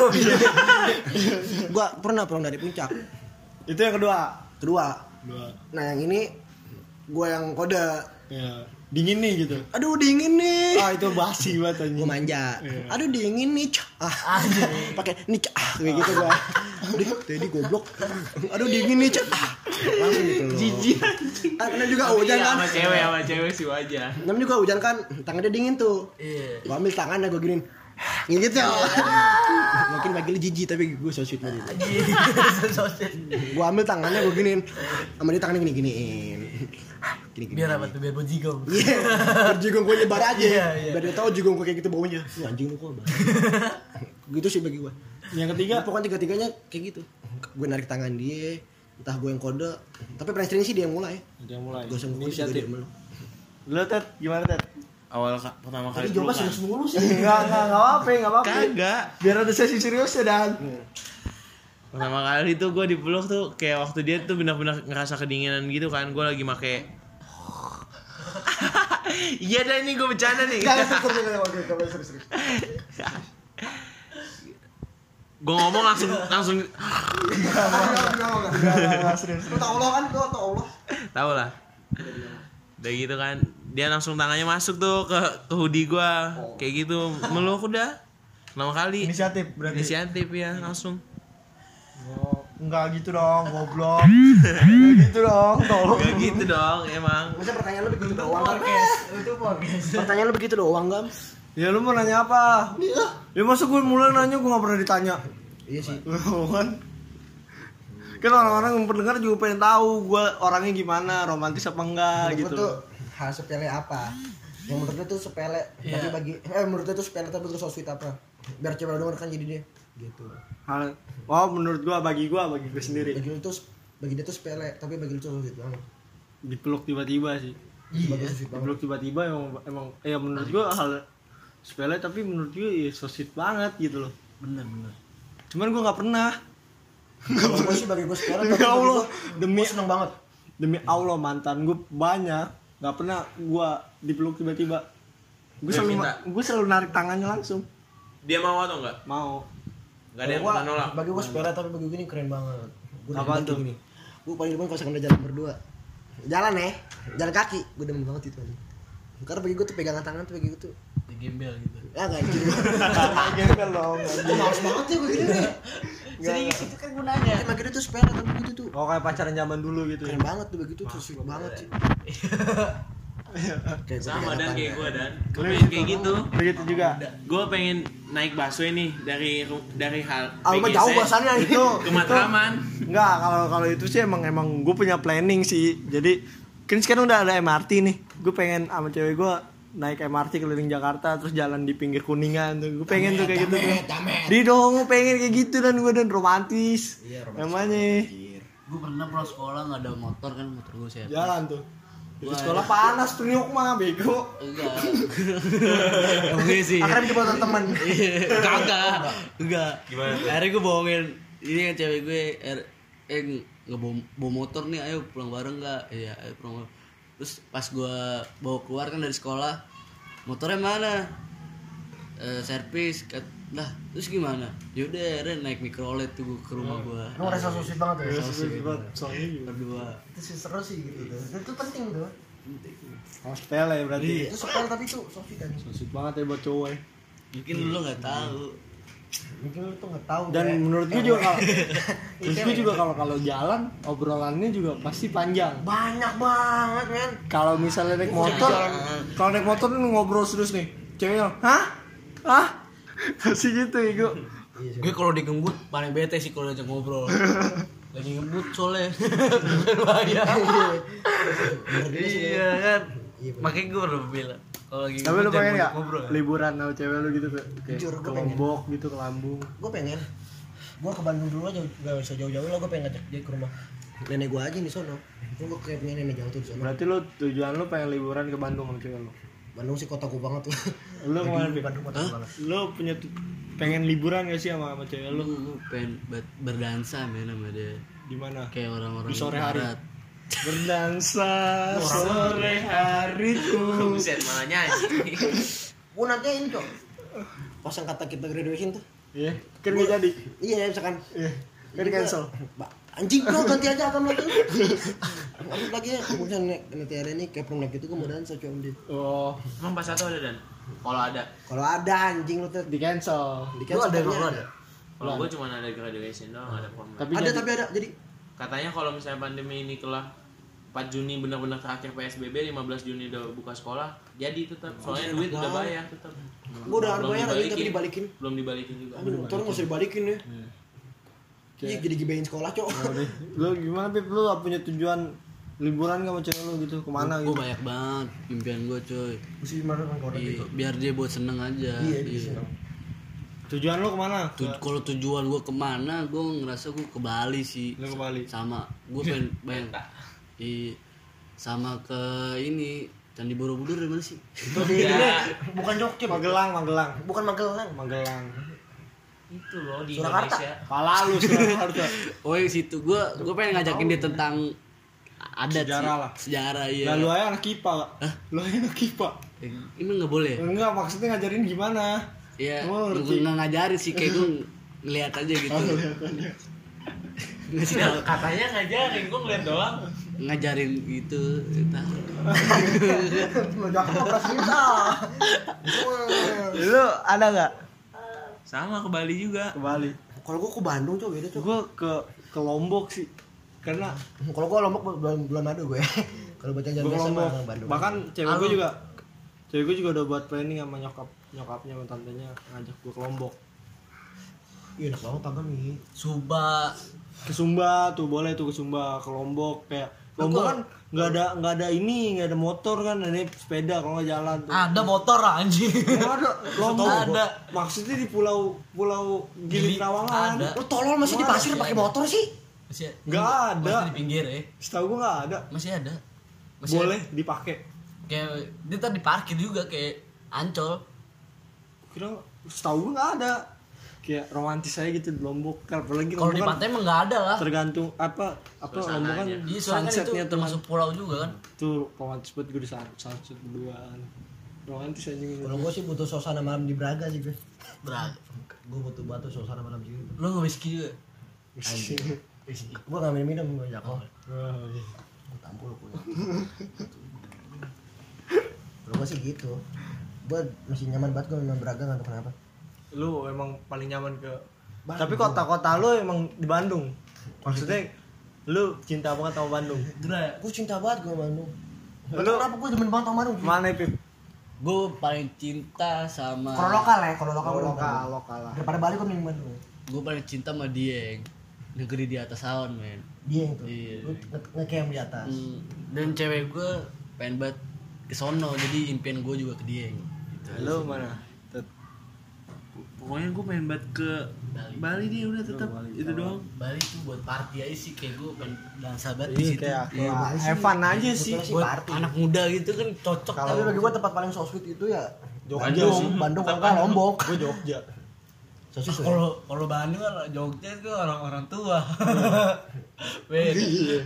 Gue pernah pulang dari puncak. Itu yang kedua. Kedua. Nah yang ini gue yang kode. Ya. Dingin nih gitu. Aduh dingin nih. Ah itu basi banget anjing. Gue manja. Iya. Aduh dingin nih. Pakai nih kayak gitu gue. Aduh tadi goblok. Aduh dingin nih. Langsung gitu loh. Jijik. Karena juga Tapi hujan ya, kan. sama cewek sih wajar. Namanya juga hujan kan. Tangannya dingin tuh. Iya. Gue ambil tangannya gue giniin. Gitu. Mungkin bagi lu jijik tapi gue so sweet banget. Gue ambil tangannya gue giniin. Sama dia tangannya gini-giniin. Gini-gini. Biar apa tuh, biar bojigong. Iya, berjigong gue nyebar aja. Iya. Biar dia tahu jigong gue kayak gitu baunya. Lu anjing lu kok. Gitu sih bagi gue. Yang ketiga Pokoknya tiga-tiganya kayak gitu. Gue narik tangan dia, entah gue yang kode. Tapi paling sering sih dia yang mulai. yang mulai. Gue sengkuh juga dia meluk. Lu Ted, gimana Ted? Awal pertama kali Tadi jawabnya pelukan. serius mulu sih. Enggak apa-apa. Kagak. Biar ada sesi serius ya Dan. Pertama kali tuh gue dipeluk tuh kayak waktu dia tuh benar-benar ngerasa kedinginan gitu kan. Gue lagi make iya dah ini gue bercanda nih. Serius. Gue ngomong langsung Serius. Lu tau Allah kan? Lu tau Allah. tahu lah. Udah gitu kan dia langsung tangannya masuk tuh ke hoodie gue kayak gitu meluk udah. Pertama kali Inisiatif berarti. inisiatif ya langsung. Oh, enggak gitu dong, goblok. Enggak gitu dong, tolong. Gak gitu dong emang. Masa pertanyaan lu begitu doang kan? Itu podcast. Pertanyaan lu begitu doang kan? Ya lu mau nanya apa? Iya. Ya masa gue mulai nanya gue gak pernah ditanya. Iya sih. Kan orang-orang yang pendengar juga pengen tahu gue orangnya gimana, romantis apa enggak Menurut gitu. lu tuh hal sepele apa? Yang menurut dia tuh sepele, tapi bagi menurut dia tuh sepele tapi terus so sweet apa? Biar cewek denger kan jadi dia gitu. Menurut bagi gua sendiri. Bagi dia tuh sepele, tapi bagi lu tuh so sweet banget. Dipeluk tiba-tiba sih. Bagi so sweet banget. Dipeluk tiba-tiba emang ya menurut gua hal sepele tapi menurut gua ya so sweet banget gitu loh. Bener. Cuman gua nggak pernah. Kalau gue sih bagi gue sepele, tapi Ya Allah, demi seneng banget. Demi Allah mantan gua banyak, nggak pernah gua dipeluk tiba-tiba. Gua selalu narik tangannya langsung. Dia mau atau enggak? Mau. Enggak ada yang pernah nolak. Bagi gue sepele, tapi bagi gue ini keren banget. Apaan tuh? Gue paling depan kalau sekarang jalan berdua. Jalan jalan kaki, gue demen banget itu. Karena bagi gue tuh pegangan tangan tuh bagi gue tuh Gembel gitu. ya nggak gitu. Gembel dong. Gue males banget ya gue gini nih. Serius itu kan gunanya. Bagi dia tuh sepele, tapi begitu tuh Oh kayak pacaran zaman dulu gitu ya. keren banget tuh begitu tuh sweet banget sih. Sama dan kayak gue dan gue pengen kayak gitu. Begitu juga. Gue pengen naik busway nih dari hal Mah jauh bahasannya itu. ke Matraman. Enggak, kalau itu sih emang gue punya planning sih. Jadi kan sekarang udah ada MRT nih. Gue pengen sama cewek gue naik MRT keliling Jakarta terus jalan di pinggir Kuningan tuh. Gue pengen tuh kayak gitu. Di dong, gue pengen kayak gitu dan romantis. Iya, romantis. Namanya. Gue pernah pulang sekolah nggak ada motor kan, motor gue servis. Jalan tuh. Di sekolah panas Priok mah bego. Enggak. Enggak sih. Akhirnya dibawa teman. Enggak. Gimana tuh? Akhirnya gue bohongin ini kan cewek gue nggak bawa motor nih, ayo pulang bareng nggak? Iya, ayo pulang bareng. Terus pas gue bawa keluar kan dari sekolah, motornya mana? Servis. Lah, terus gimana? Yaudah, akhirnya naik mikrolet tuh gua ke rumah gue. Lu ngerasa so sweet banget ya? Soalnya juga. Berdua. Itu sih seru sih gitu tuh. Itu penting tuh. Oh, sepele ya berarti. Itu sepele tapi tuh so sweet kan. Sweet banget ya buat cowok ya. Mungkin lu nggak tahu. Mungkin lu tuh nggak tahu. Dan ya. menurut gue juga kalau jalan obrolannya juga pasti panjang. Banyak banget men. Kalau misalnya naik motor, tuh ngobrol terus nih. Ceweknya, hah? Masih gitu ya gue. Gue kalau digembut paling bete sih kalau diajak ngobrol. Lagi ngebut soalnya. Bahaya. Iya kan. Makanya gue udah bilang kalau lagi Tapi lu ngebut pengen jangan nggak ngobrol. liburan sama cewek lu gitu kayak Jujur, ke gue pengen. Lombok gitu ke Lambung? Gue pengen. Gue ke Bandung dulu aja, gak usah jauh-jauh lah. Gue pengen ngajak dia ke rumah nenek gue aja di sono. Gue kayak punya nenek jauh tuh di sono. Berarti lu tujuan lu pengen liburan ke Bandung sama cewek lu? Bandung sih kota gue banget tuh. Lu kemana? Di Bandung kota gue banget. Lu punya pengen liburan gak sih sama cewek lu? Lu pengen berdansa men sama dia. Di mana? Kayak orang-orang Di sore hari. barat. Berdansa sore hari tuh. Buset malah nyanyi. Gue nanti ini kok. Pas yang kata kita graduation tuh. Iya, kan gak jadi. Iya misalkan. Iya. Kan cancel. Anjing bro, ganti aja akan lagi. Lanjut lagi ya. Misalnya nanti ada nih kayak prom gitu gue mau dansa coba dia. Oh, Emang pas satu ada dan? Kalau ada. Kalau ada anjing lu tuh di cancel. di Lu ada nggak? Lu ada? Kalau gue cuma ada graduation doang, ada prom. Tapi ada jadi- tapi ada jadi Katanya kalau misalnya pandemi ini kelar 4 Juni benar-benar terakhir PSBB, 15 Juni udah buka sekolah, jadi tetap. Soalnya duit udah bayar tetap. gue udah bayar aja tapi dibalikin. Belum dibalikin juga. Motor nggak usah dibalikin ya. Iya jadi gibain sekolah cok. Lu gimana Pip? Lu gak punya tujuan liburan gak sama cewek lu gitu? Kemana Gue gitu? banyak banget impian gue coy. Mesti gimana kan kalau Iya, biar dia buat seneng aja. Iya bisa. Tujuan lu kemana? Kalau tujuan gue kemana, gue ngerasa gue ke Bali sih. Lu ke Bali. Sama gue pengen bayang. Sama ke ini Candi Borobudur di mana sih? Bukan Jogja, Magelang. bukan Magelang. Magelang. Itu loh di Surakarta. Indonesia. Pala lu Surakarta. Oh yang situ gue pengen ngajakin dia tentang adat Sejarah sih. lah. Sejarah iya. Lah lu aja anak IPA gak? Lu aja anak IPA. Ini nggak boleh. Enggak, maksudnya ngajarin gimana? Iya. Oh, ngerti. Gue nggak ngajarin sih kayak gue ngeliat aja gitu. Ngasih tahu Katanya ngajarin, gue ngeliat doang. ngajarin gitu. Entah. Lo Jakarta beras kita. Lu ada gak? Sama ke Bali juga. Ke Bali. Kalau gue ke Bandung coba beda coba. Gue ke Lombok sih. Karena Kalau gue Lombok belum ada gue. Kalau baca jalan gue biasa Lombok. mah Bandung. Bahkan cewek gue juga udah buat planning sama nyokapnya sama tantenya ngajak gue ke Lombok. Iya enak banget Pagam nih. Suba. Ke Sumba tuh boleh tuh ke Sumba, ke Lombok kayak Lombok kan nggak ada ini, nggak ada motor kan, ini sepeda kalau nggak jalan tuh. Ada motor lah anjing. Nggak ada. Lombok Ada. maksudnya di pulau Gili Trawangan. Ada. Lu tolol masih di pasir pakai motor sih? Masih Nggak ada. Masih di pinggir ya. Setahu gua nggak ada. Masih ada. Masih Boleh dipakai. Kayak dia tadi parkir juga kayak Ancol. Kira setahu gua nggak ada. Kayak romantis aja gitu di Lombok. Apalagi Kalau di Lombok kan pantai emang nggak ada lah. tergantung apa Suasana Lombok kan aja. Iya, soalnya kan itu sunsetnya termasuk pulau juga kan. tuh romantis banget gue di sunset berduaan. Romantis aja gitu. Kalau gue sih butuh suasana malam di Braga sih gue. Berat. Gue butuh suasana malam di sini. Lu nge-whisky juga. Gue nggak minum gue Jako. Oh, iya. Tampol gue. Kalau gue sih gitu. Gue masih nyaman banget gue main Braga nggak tahu kenapa. Lu emang paling nyaman ke Bandung. tapi kota-kota lu emang di Bandung. Maksudnya lu cinta banget sama Bandung. Gue cinta banget gue Bandung. Lu- Kenapa gue demen banget sama Bandung? Mana Pip? Gue paling cinta sama Kalau lokal ya, kalau lokal gue Lokal lah. daripada Bali gue mending Bandung. gue paling cinta sama Dieng, negeri di atas awan men. Dia yang tuh. Iya. Lu ngecamp di atas. Dan cewek gue pengen banget ke sono, jadi impian gue juga ke Dieng gitu. Lu mana? Pokoknya gue pengen banget ke Bali dia udah tetap itu doang. Bali tuh buat party aja sih, kayak gue pengen dan sahabat Iya di situ. kayak Bali sih, have fun aja sih. sebetulnya sih Buat party. anak muda gitu kan cocok. Tapi bagi gue tempat paling so sweet itu ya Jogja Bandung, sih. Bandung kalau nggak Lombok. Gue Jogja. So sweet. Kalau Bandung kan Jogja itu orang-orang tua. Beda.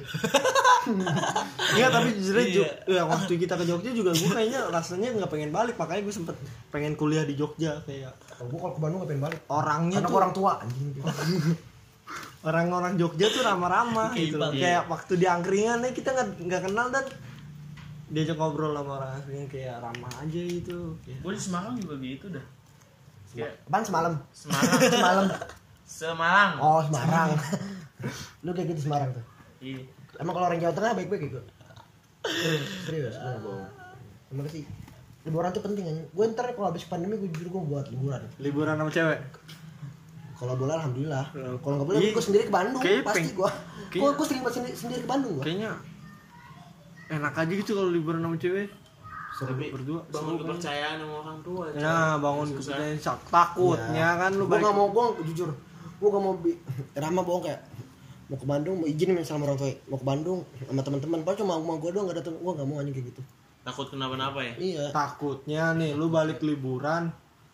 Iya tapi jujur Iya. ya waktu kita ke Jogja juga gue kayaknya rasanya nggak pengen balik, makanya gue sempet pengen kuliah di Jogja kayak Kalau gue kalau ke Bandung nggak pengen balik. orangnya Karena tuh gua orang tua anjing. orang-orang Jogja tuh ramah-ramah Kayak gitu. Iqbal. Kayak waktu di angkringan nih kita nggak kenal dan diajak ngobrol sama orang angkringan kayak ramah aja gitu. Gue di Semarang juga gitu dah. Kayak Apaan semalam? Semarang. Semalam. Semarang. Oh Semarang. Lu kayak gitu Semarang tuh. Iya. Emang kalau orang Jawa Tengah baik-baik gitu. Serius, gue nggak bohong. Emang sih liburan tuh penting aja. Gue ntar kalau habis pandemi gue jujur gue buat liburan. Liburan sama cewek. Kalau boleh alhamdulillah. Kalau nggak boleh Iya. gue sendiri ke Bandung Kayaknya pasti gue. kayak- Gue sering banget sendiri ke Bandung gue. Kayaknya enak aja gitu kalau liburan sama cewek. Tapi berdua. bangun kepercayaan sama orang tua. Nah, bangun kepercayaan takutnya kan lu Gue balik. nggak mau jujur. Gue nggak mau Rama bohong kayak mau ke Bandung, mau izin sama orang tua, mau ke Bandung sama teman-teman. Padahal cuma mau gue doang nggak datang. Gue nggak mau anjing kayak gitu. Takut kenapa-napa ya? Iya. Takutnya nih lu balik liburan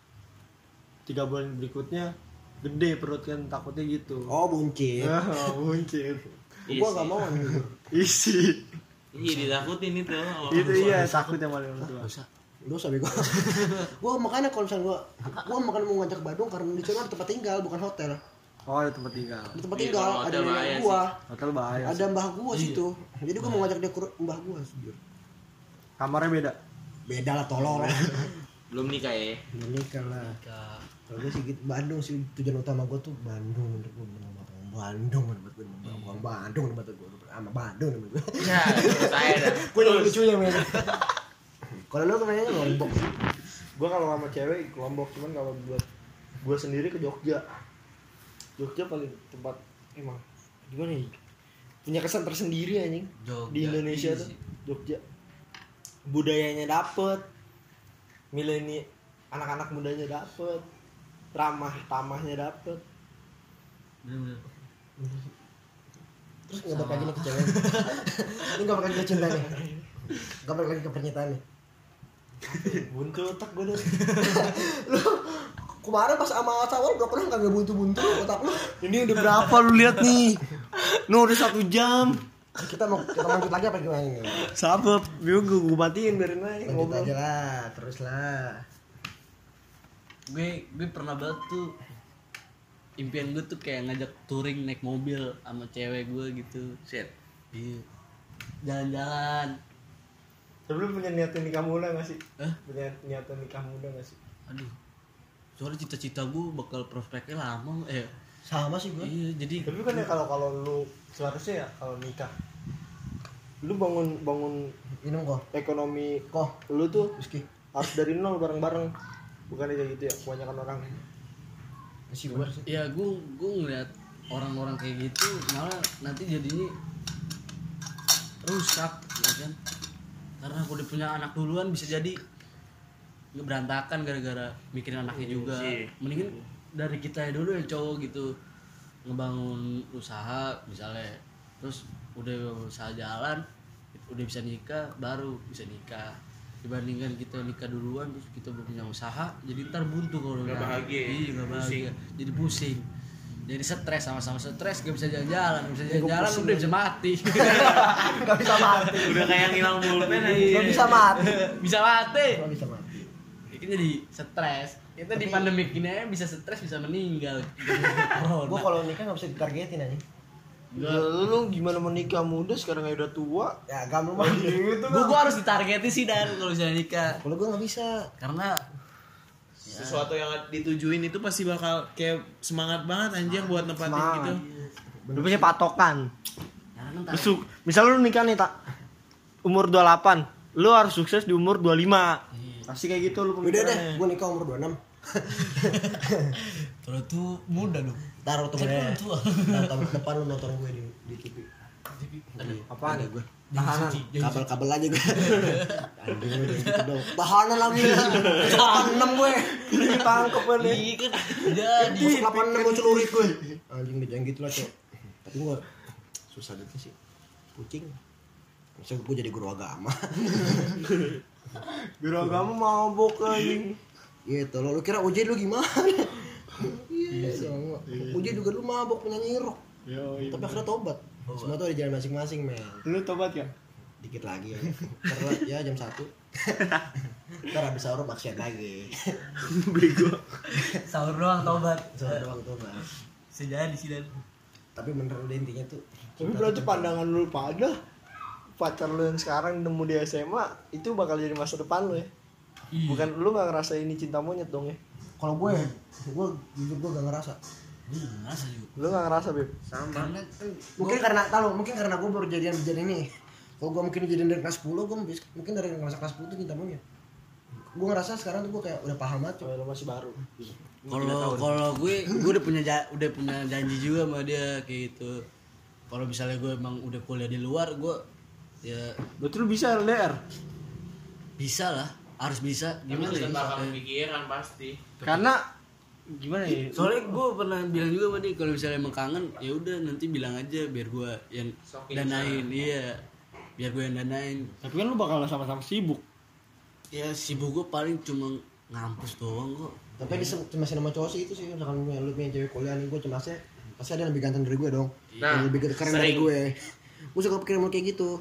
3 bulan berikutnya gede perut kan, takutnya gitu. Oh buncit. Buncit. Iya Gue sih. nggak mau anjing. Isi. Iya ditakutin itu. sama Itu orang tua. iya takut yang paling orang tua. Dosa bego. Gue makanya kalau misalnya gue makan mau ngajak ke Bandung karena di sana ada tempat tinggal bukan hotel. Oh, ada tempat tinggal. Ada tempat Iya, tinggal, kalau ada hotel bahaya nenek sih. gua, Hotel bahaya. ada mbah gua situ. Jadi gua mau ngajak dia ke mbah gua jujur. Kamarnya beda. Beda lah tolol. Belum nikah ya? Menikah lah. Kalau gue sih gitu, Bandung sih tujuan utama gue tuh Bandung. Menurut gue Bandung menurut gue Bandung menurut gue sama Bandung menurut gue. Ya, saya dah. Gue yang lucunya men. Kalau lu kemana Lombok? Gua kalau sama cewek ke Lombok, cuman kalau buat gua sendiri ke Jogja. Jogja paling tempat emang gimana ya? Punya kesan tersendiri anjing. Jogja, Di Indonesia iya tuh sih. Jogja. Budayanya dapet. Anak-anak mudanya dapet. Tamahnya dapet. Bener-bener. Terus nggak balik lagi nih ke cewek. Ini nggak balik lagi ke cinta nih. Nggak balik lagi ke pernyataan nih. Buntu otak gua deh. Lu kemarin pas sama Sawal udah pernah nggak buntu-buntu otak lu? Ini udah berapa lu lihat nih? Udah 1 jam. Kita lanjut lagi apa gimana nih? Sabar, gua matiin biarin aja Lanjut ngobrol. aja lah, terus lah. Gue pernah banget tuh impian gue tuh kayak ngajak touring naik mobil sama cewek gue gitu. Set. Iya. Jalan-jalan. Tapi lu punya niatan nikah muda gak sih? Hah? Punya niatan nikah muda gak sih? Aduh. Soalnya cita-cita gue bakal prospeknya lama. Sama sih gue. Iya, jadi Tapi kan ya kalau lu seharusnya ya kalau nikah lu bangun Minum kok. ekonomi Kok. lu tuh Whisky. harus dari nol bareng-bareng. Bukan aja gitu ya, kebanyakan orang. Masih gue sih. ya gue ngeliat orang-orang kayak gitu malah nanti jadinya rusak ya kan, karena aku udah punya anak duluan bisa jadi berantakan gara-gara mikirin anaknya juga. Mendingan dari kita dulu ya cowok gitu ngebangun usaha misalnya, terus udah usaha jalan udah bisa nikah baru bisa nikah, dibandingkan kita nikah duluan terus kita belum punya usaha jadi ntar buntu kalau nggak bahagia. Iya nggak bahagia, jadi pusing, jadi stres, sama-sama stres, gak bisa jalan-jalan, udah bisa mati. Gak bisa mati. Udah kayak ngilang pulpen aja. Gak bisa mati. Bisa mati. Gak bisa mati. Ini jadi stres. Kita di pandemi gini aja bisa stres, bisa meninggal. Gue kalau nikah gak bisa ditargetin aja. Ya, lu gimana menikah muda sekarang udah tua? Ya gak lu mah gitu. Gue harus ditargetin sih Dan kalau misalnya nikah. Kalau gue gak bisa. Karena Sesuatu yang ditujuin itu pasti bakal kayak semangat banget anjir buat nempatin Semangat. gitu. Lu punya patokan. karena ntar Misalnya lu nikah nih tak umur 28, lu harus sukses di umur 25. Pasti kayak gitu lu Udah deh, pemikirannya. gue nikah umur 26. kalau tuh muda dong. Taruh tuh gue. tua. Tahun depan lu nonton gue di TV. Apaan? Ada gue. Tahanan. Kabel-kabel aja gue. Anjing lu udah gitu dong. Tahanan lagi. 86 gue. Ditangkep kan ya. Iya kan. Jadi Masuk 86 gue celurit gue. Anjing dia jangan gitu lah, Cok. Tapi gue susah gitu sih. Kucing. Masa gue jadi guru agama. Guru agama mabok anjing. Gitu lo, lu kira OJ lu gimana? Iya, sama. OJ juga lu mabok penyanyi rock. Tapi akhirnya tobat. Semua tuh ada jalan masing-masing, men. Lu tobat ya? Dikit lagi ya. Karena ya jam 1. Ntar habis sahur maksiat lagi. Bego. sahur doang tobat. Sahur doang tobat. Sejadi sih Dan. Tapi bener udah intinya tuh. Tapi berarti pandangan lu pada pacar lu yang sekarang nemu di SMA itu bakal jadi masa depan lu ya? Iya. Bukan lu gak ngerasa ini cinta monyet dong ya? Kalau gue jujur gue gak ngerasa. Gue juga ngerasa juga. Lu gak ngerasa Beb? Karena kan Mungkin karena gue baru jadian ini. Kalau gue mungkin jadian dari kelas 10, gue mungkin dari masa kelas 10 tuh cinta monyet. Gue ngerasa sekarang tuh gue kayak udah paham aja. Coba lu masih baru. kalau gue udah punya janji juga sama dia kayak gitu. Kalau misalnya gue emang udah kuliah di luar, gue ya Berarti lu bisa LDR? bisa lah, harus bisa. Gimana Tapi ya? tetap bakal kepikiran pasti. Karena gimana ya? Soalnya gue pernah bilang juga sama dia kalau misalnya emang kangen, ya udah nanti bilang aja biar gue yang Sokin danain, iya. Biar gue yang danain. Tapi kan lu bakal sama-sama sibuk. Ya sibuk gue paling cuma ngampus doang kok. Tapi dia cemasin sama cowok sih itu sih. Misalkan lu punya cewek kuliah nih, gue cemasnya pasti ada yang lebih ganteng dari gue dong. Nah, yang lebih keren dari sering. gue. Gue suka pikiran kayak gitu.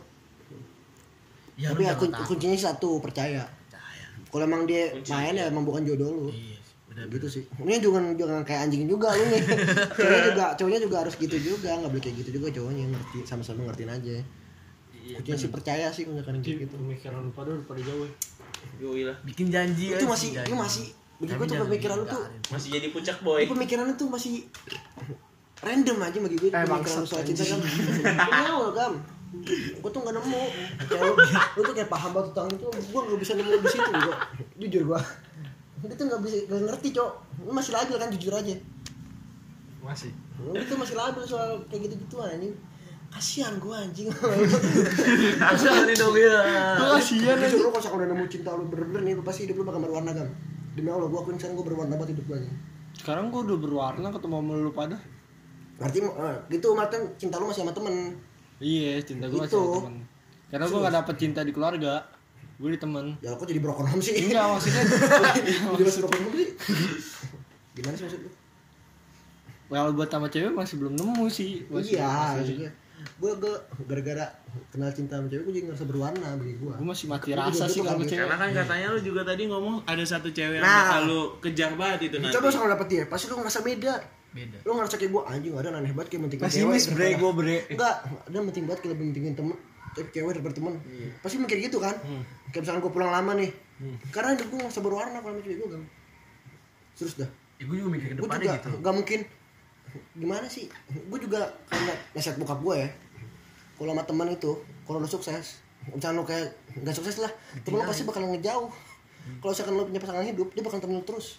Ya, Tapi lu ya, jangan takut. kuncinya satu, percaya. Kalau emang dia main ya emang bukan jodoh lu. Iya, benar. Gitu sih. Ini jangan kayak anjing juga lu nih. Cowoknya juga harus gitu juga, enggak boleh kayak gitu juga cowoknya, ngerti, sama-sama ngertiin aja. Kuncinya sih percaya sih misalkan kayak gitu. Pemikiran lu pada udah pada jauh ya. Yoi lah. Bikin janji Itu aja, masih janji. itu masih bagi Tapi gue tuh jangan pemikiran lu tuh diingkarin. Masih jadi puncak boy. itu pemikiran lu tuh masih random aja bagi gue pemikiran bangsat, soal cinta kan. Awal kan. Gue tuh gak nemu. Kayak lu tuh kayak paham banget tentang itu, gue gak bisa nemu di situ gue. Jujur gue. Dia tuh gak ngerti, Cok. Lu masih labil kan, jujur aja. Masih. Lu tuh masih labil soal kayak gitu-gituan anjing. Kasihan gue anjing. Kasihan nih dong ya. Lu kasihan aja. Jujur lu kalau udah nemu cinta lu bener-bener nih, lu pasti hidup lu bakal berwarna kan. Demi Allah, gue akuin sekarang gue berwarna banget hidup gue anjing. Sekarang gua udah berwarna ketemu sama lu pada. Ngerti gitu Martin, cinta lu masih sama temen. Iya, cinta gua masih Itu. sama temen. Karena gua gak dapet cinta di keluarga. Gua di temen. Ya aku jadi broken home sih. Enggak maksudnya. Jadi masih broken home sih. Gimana sih maksud lu? Well buat sama cewek masih belum nemu sih. Masih- Iya, masih- maksudnya gue gara-gara kenal cinta sama cewek gue jadi ngerasa berwarna bagi gue. Gua masih mati Gua rasa juga sih gitu kalau kan, sama cewek. Karena kan katanya lu juga tadi ngomong ada satu cewek yang Nah. bakal lu kejar banget itu nanti. Coba kalau dapet dia, pasti lu ngerasa beda. Beda. Lu ngerasa kayak gue anjing ada aneh banget kayak mentingin Pesimis bre daripada- gua bre. Enggak, ada penting banget kalau mentingin temen cewek daripada temen. Pasti mikir gitu kan. Kayak misalkan gue pulang lama nih. Karena hidup gue ngerasa berwarna kalau sama cewek gue kan. Terus dah. Ya, gue juga mikir ke Gue depannya juga gitu. nggak mungkin gimana sih, gue juga karena nasihat bokap gue ya, kalau sama teman itu kalau lo sukses misalnya lo kayak nggak sukses lah, temen lo pasti bakal ngejauh. Kalau misalkan lo punya pasangan hidup, dia bakal temen lo terus.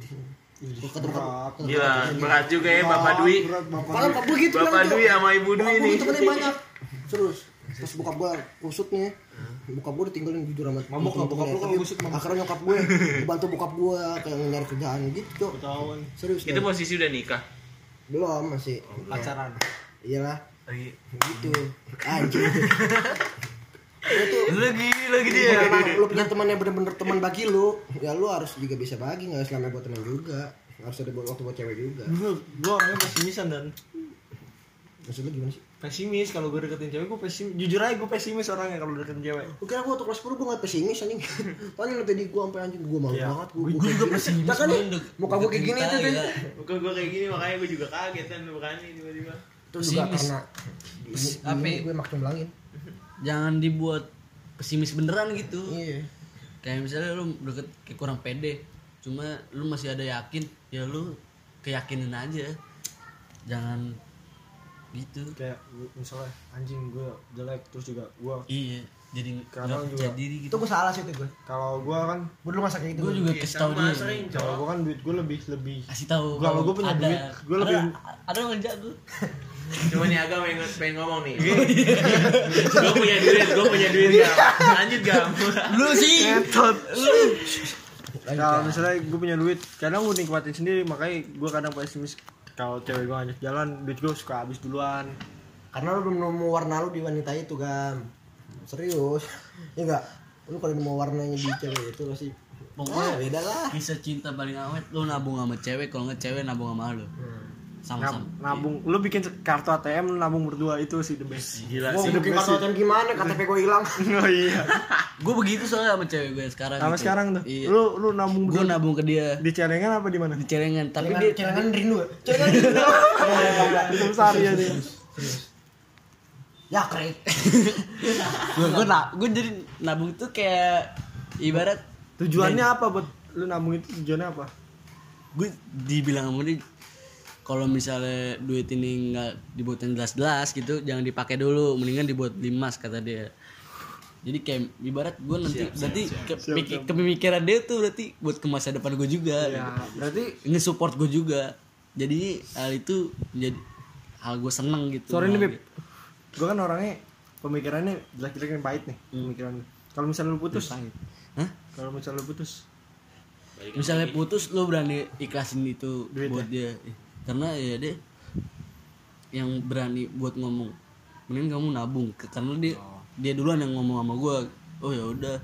Gila, berat juga ya Bapak Dwi. Kalau bapak gue gitu Bapak Dwi sama Ibu Dwi nih nih. temennya banyak terus Terus bokap gue kusut nih. Bokap gue ditinggalin jujur amat. Mabok nggak bokap lu kalau kusut? Akhirnya nyokap gue bantu bokap gue kayak nyari kerjaan gitu. Ketahuan. Serius. Itu posisi udah nikah. Belum masih Pacaran. Iyalah Lagi. gitu anjing. Itu lagi ya emang lu punya teman yang bener-bener teman bagi lu, ya lu harus juga bisa bagi, nggak selama buat teman juga, harus ada waktu buat cewek juga. Gue orangnya pesimisan dan Maksudnya gimana sih? pesimis. Kalau gue deketin cewek gue pesimis, jujur aja gue pesimis orangnya kalau deketin cewek. Gue kira gue waktu kelas 10 gue gak pesimis anjing. Tanya lu tadi gue sampai anjing gue malu Iya. banget Gue juga pesimis. Nah kan nih, muka gue kayak gini tuh kan. Bukan gue kayak gini makanya gue juga kaget kan berani tiba-tiba. Itu juga Pesimis. karena Apa ya? gue makin belangin. Jangan dibuat pesimis beneran gitu. Iya. Kayak misalnya lu deket kayak kurang pede, cuma lu masih ada yakin, ya lu keyakinin aja. Jangan gitu. Kayak misalnya anjing gue jelek terus juga gue Iya, jadi Kadang nggak juga. percaya diri Itu gitu. gue salah sih itu gue. kalau gue kan Gue dulu masa kayak gitu. Gue juga kasih tahu Sama dulu. sering kalau cowok. gue kan duit gue lebih Kasih tahu. Kalau gua punya duit, gua lebih- ada yang ngejak tuh. Cuma nih agak pengen ngomong nih. Gue punya duit gak? Lanjut gak? Lu sih. kalau misalnya gue punya duit kadang gue nikmatin sendiri, makanya gue kadang pesimis kalau cewek gue ngajak jalan duit gue suka habis duluan. Karena lu belum nemu warna lu di wanita itu kan. Serius. Iya enggak? Lu kalau nemu warnanya di cewek itu pasti Pokoknya beda lah. kisah cinta paling awet lu nabung sama cewek, kalau nggak cewek nabung sama lu. Sama-sama. Nabung, lu bikin kartu ATM lu nabung berdua, itu sih the best. Gila Gua sih. bikin kartu ATM gimana? KTP gue hilang. Oh iya. Gue begitu soalnya sama cewek gue sekarang. Sama gitu. sekarang tuh. Iya. Lu nabung Gue berdua nabung ke dia di celengan apa di mana? di celengan, tapi Celengan rindu. Celengan rindu. Itu besar ya dia. Ya krek. gue jadi nabung tuh kayak ibarat Tujuannya apa buat lu nabung itu, tujuannya apa? gue dibilang sama dia, kalau misalnya duit ini nggak dibuatin jelas-jelas gitu jangan dipakai dulu, mendingan dibuat limas kata dia. Jadi kayak ibarat gue nanti berarti kepemikiran dia tuh berarti buat ke masa depan gue juga. Ya, berarti Nge-support gue juga. Jadi hal itu menjadi hal gue seneng gitu. sorry nih Beb, Gitu. gue kan orangnya pemikirannya jelek-jelek yang pahit nih pemikiran. Kalau misalnya lu putus, Hah? kalau misalnya lu putus, Misalnya putus lo berani ikhlasin itu Duit buat dia. Karena ya dia yang berani buat ngomong. Mending kamu nabung karena dia duluan yang ngomong sama gue. Oh ya udah.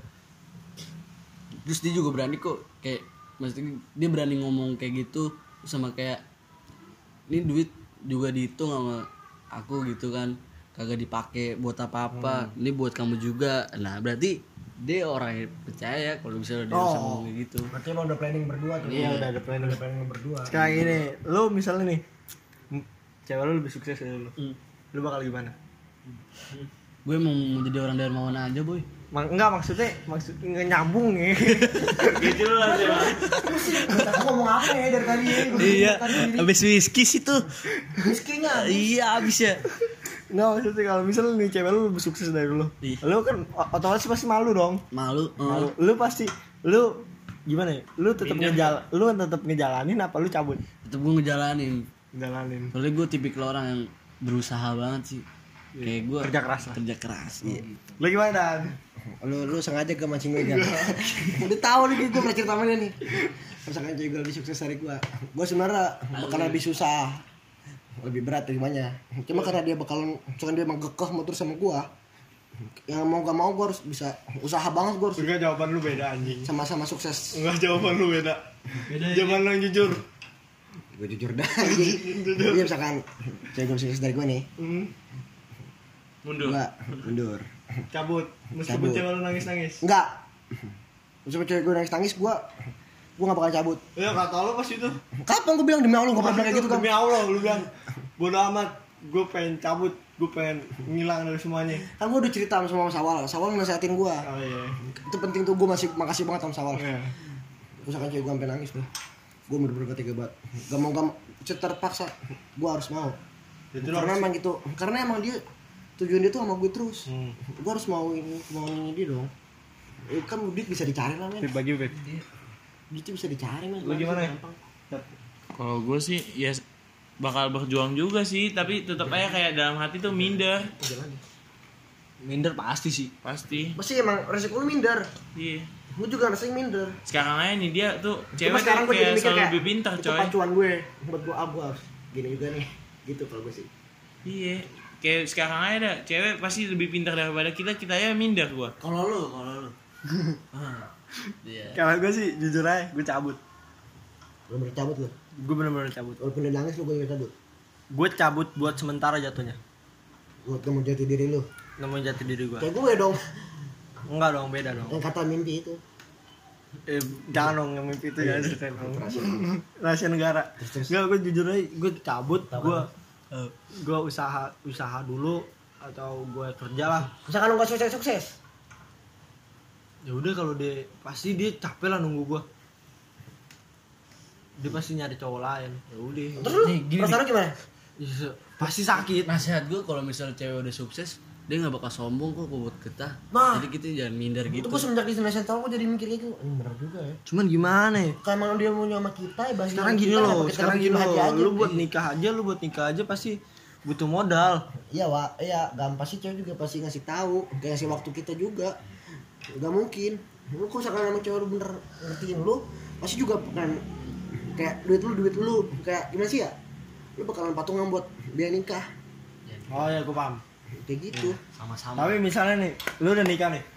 Terus dia juga berani kok kayak maksudnya dia berani ngomong kayak gitu sama kayak ini duit juga dihitung sama aku gitu kan, kagak dipakai buat apa-apa, ini buat kamu juga. Nah berarti dia orang yang percaya kalau misalnya dia bisa ngomong kayak gitu. Berarti emang udah planning berdua tuh. iya udah ada planning. Udah planning berdua. Sekarang ini, lu misalnya nih, cewek lu lebih sukses dari lu, lu bakal gimana? Gue mau jadi orang dermawan aja boy. Enggak, maksud nggak nyambung nih. Gitu lah sih. Aku ngomong apa ya dari tadi? Iya, habis whisky sih tuh. Miskinya. Iya habis ya. Nggak, maksudnya kalau misalnya nih cewek lu lebih sukses dari lu, Iya. lu kan otomatis pasti malu dong. Malu. Malu. Lu pasti, lu gimana ya? Lu tetap lu kan tetap ngejalanin apa lu cabut? Tetep gue ngejalanin. Jalanin. Soalnya gue tipikal orang yang berusaha banget sih. Kayak gue Kerja keras lah. Kerja keras. Iya. Lu gimana Dan? Lu sengaja ke mancing gue kan. Udah tahu nih gue pernah cerita sama dia nih. Misalkan cewek gue lebih sukses dari gue sebenarnya bakal lebih susah, lebih berat terimanya. Cuma karena dia bakalan, misalkan dia emang kekeh mau terus sama gue, yang mau gak mau gue harus bisa usaha banget, gue harus Enggak, jawaban lu beda anjing. sama-sama sukses. Enggak, jawaban lu beda. Jawaban lu yang jujur. Gue jujur dah. Iya misalkan cewek gue lebih sukses dari gue nih, Mundur. gue mundur. Cabut. Meskipun Cabut. cewek lu nangis-nangis. Enggak. Meskipun cewek gue nangis-nangis, gue gak bakal cabut. Ya kata lu pas itu. Kapan gue bilang demi Allah gak pernah bilang kayak gitu kan? Demi Allah lu bilang bodo amat, gue pengen cabut, gue pengen ngilang dari semuanya. Kan gue udah cerita sama Sawal nasehatin gue. Oh iya. Itu penting tuh, gue makasih banget sama Sawal. Iya. Misalkan cewek gue sampai nangis nih, gue bener-bener tega banget. Gak mau terpaksa, gue harus mau. Itu Karena harus- emang gitu, karena emang dia tujuan dia tuh sama gue terus. Hmm. Gue harus mau ini dia dong. Kan duit bisa dicari lah men. Bagi Beb. Duit bisa dicari men. Lu gimana ya? Kalau gue sih ya bakal berjuang juga sih, tapi tetap aja kayak dalam hati tuh minder. Minder pasti sih. Pasti. Pasti emang resiko lu minder. Iya. Gue juga rasanya minder. Sekarang aja nih dia tuh Cuma cewek sekarang tuh gue jadi kayak mikir selalu kayak lebih pintar itu coy. pacuan gue buat gue harus gini juga nih. Gitu kalau gue sih. Iya. Kayak sekarang aja dah cewek pasti lebih pintar daripada kita ya minder gua. Kalau lu iya. Kalau gue sih jujur aja gue cabut. Lu bener cabut lu. Gue bener-bener cabut. Walaupun dia nangis lu gue juga cabut. Gue cabut buat sementara jatuhnya. Buat kamu jati diri lu. Nemuin jati diri gue. Kayak gue dong. Enggak dong, beda dong. Yang kata mimpi itu. Jangan dong yang mimpi itu jangan ceritain dong. Rahasia negara. Enggak, gue jujur aja gue cabut, gue usaha dulu atau gue kerja lah. Misalkan lu gak sukses. Ya udah kalau dia pasti dia capek lah nunggu gue. Dia pasti nyari cowok lain. Ya udah. Terus lu Nih, gini, perasaan lu gimana? Pasti sakit. Nasihat gue kalau misalnya cewek udah sukses, dia nggak bakal sombong kok buat kita. Nah. Jadi kita jangan minder Itu gitu. gue semenjak di Indonesia tau gue jadi mikir gitu. Bener juga ya. Cuman gimana ya? Kalau emang dia mau sama kita ya bahas Sekarang kita, gini kenapa loh, kita sekarang bikin gini hati loh. aja? Lu buat nikah aja pasti butuh modal. Iya Wak, iya gampang sih cewek juga pasti ngasih tahu, kayak ngasih waktu kita juga. Gak mungkin. Lu kok misalkan sama cewek lu bener ngertiin lu, pasti juga bukan kayak duit lu kayak gimana sih ya? Lu bakalan patungan buat biaya nikah. Oh ya, gue paham. Kayak gitu. Sama-sama. Tapi misalnya nih, lu udah nikah nih.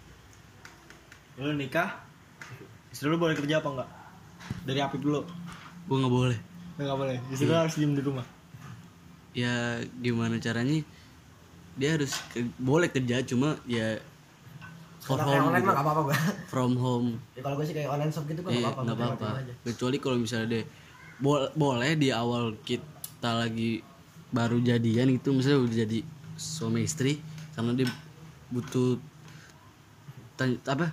Lu nikah, istri lu boleh kerja apa enggak? Dari Apip dulu. Gue nggak boleh. Enggak boleh. Istri lu harus diem di rumah. Ya gimana caranya? Dia harus boleh kerja cuma ya for Kalau kayak home online gitu. mah gak apa-apa gue. From home. Ya kalau gue sih kayak online shop gitu kan Iya, gak nggak apa-apa. apa-apa. Aja. Kecuali kalau misalnya dia boleh di awal kita lagi baru jadian gitu, misalnya udah jadi suami istri, karena dia butuh tanya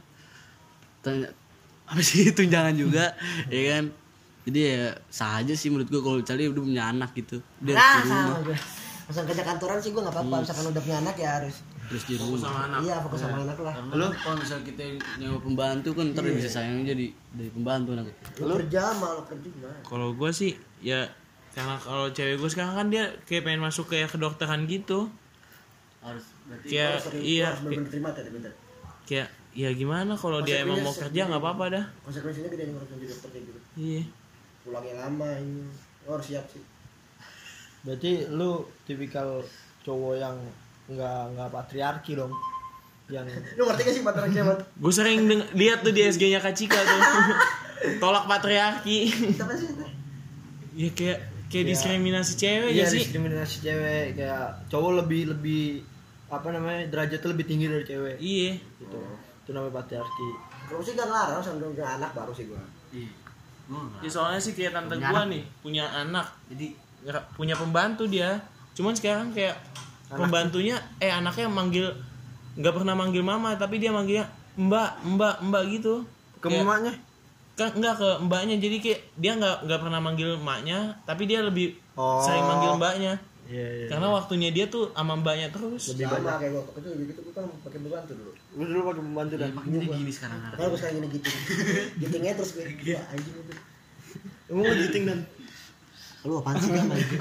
apa sih tunjangan juga, ya kan? Jadi ya sah aja sih menurut gua kalau misalnya udah punya anak gitu, dia harus di rumah, Sama gue. Misalkan kerja kantoran sih gue gak apa-apa. Misalkan udah punya anak ya harus. terus di rumah. Sama anak. Iya fokus sama anak lah. Karena kalau misalnya kita nyewa pembantu kan ntar dia bisa sayang jadi dari pembantu anak. Lu kerja malah kerja gimana? Kalau gue sih ya karena kalau cewek gue sekarang kan dia kayak pengen masuk kayak kedokteran gitu. Harus berarti Kayak iya Harus bener-bener terima tadi bentar. kayak ya gimana kalau dia emang mau kerja nggak apa-apa dah. Konsekuensinya gede nih harus jadi dokter kayak gitu. Iya. Pulangnya lama ini. Lo harus siap sih. Berarti lu tipikal cowok yang nggak patriarki dong. Yang Lu ngerti gak sih pacaran cewek? Gue sering lihat tuh di SG-nya Kak Cika tuh. Tolak patriarki. Siapa sih itu? Ya kayak diskriminasi cewek iya, ya sih. diskriminasi cewek, kayak cowok lebih apa namanya, derajatnya lebih tinggi dari cewek. Iya. Gitu. Itu namanya patriarki. Kalau sih gak ngelarang sambil punya anak baru sih gua. iya. Ya soalnya sih kayak tante gua nih punya anak. Jadi punya pembantu dia. Cuman sekarang kayak pembantunya anaknya manggil nggak pernah manggil mama tapi dia manggilnya mbak gitu. Ke Kayak- mamanya? Kan enggak ke mbaknya, jadi kayak dia nggak pernah manggil maknya tapi dia lebih sering manggil mbaknya. Iya, iya. Karena waktunya dia tuh sama mbaknya terus. Sama kayak gua itu gitu gua kan pakai pembantu dulu. Lu dulu pakai pembantu dan Makanya jadi gini sekarang. Kalau gua sekarang gini gitu. Gitingnya terus gue gua anjing itu. emang lu giting dan Lu apaan sih kan anjing?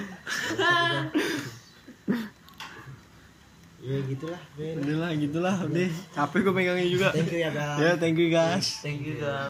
Ya gitulah. udahlah gitulah, udah capek gue pegangnya juga. Thank you ya guys. Ya, thank you guys. Thank you guys.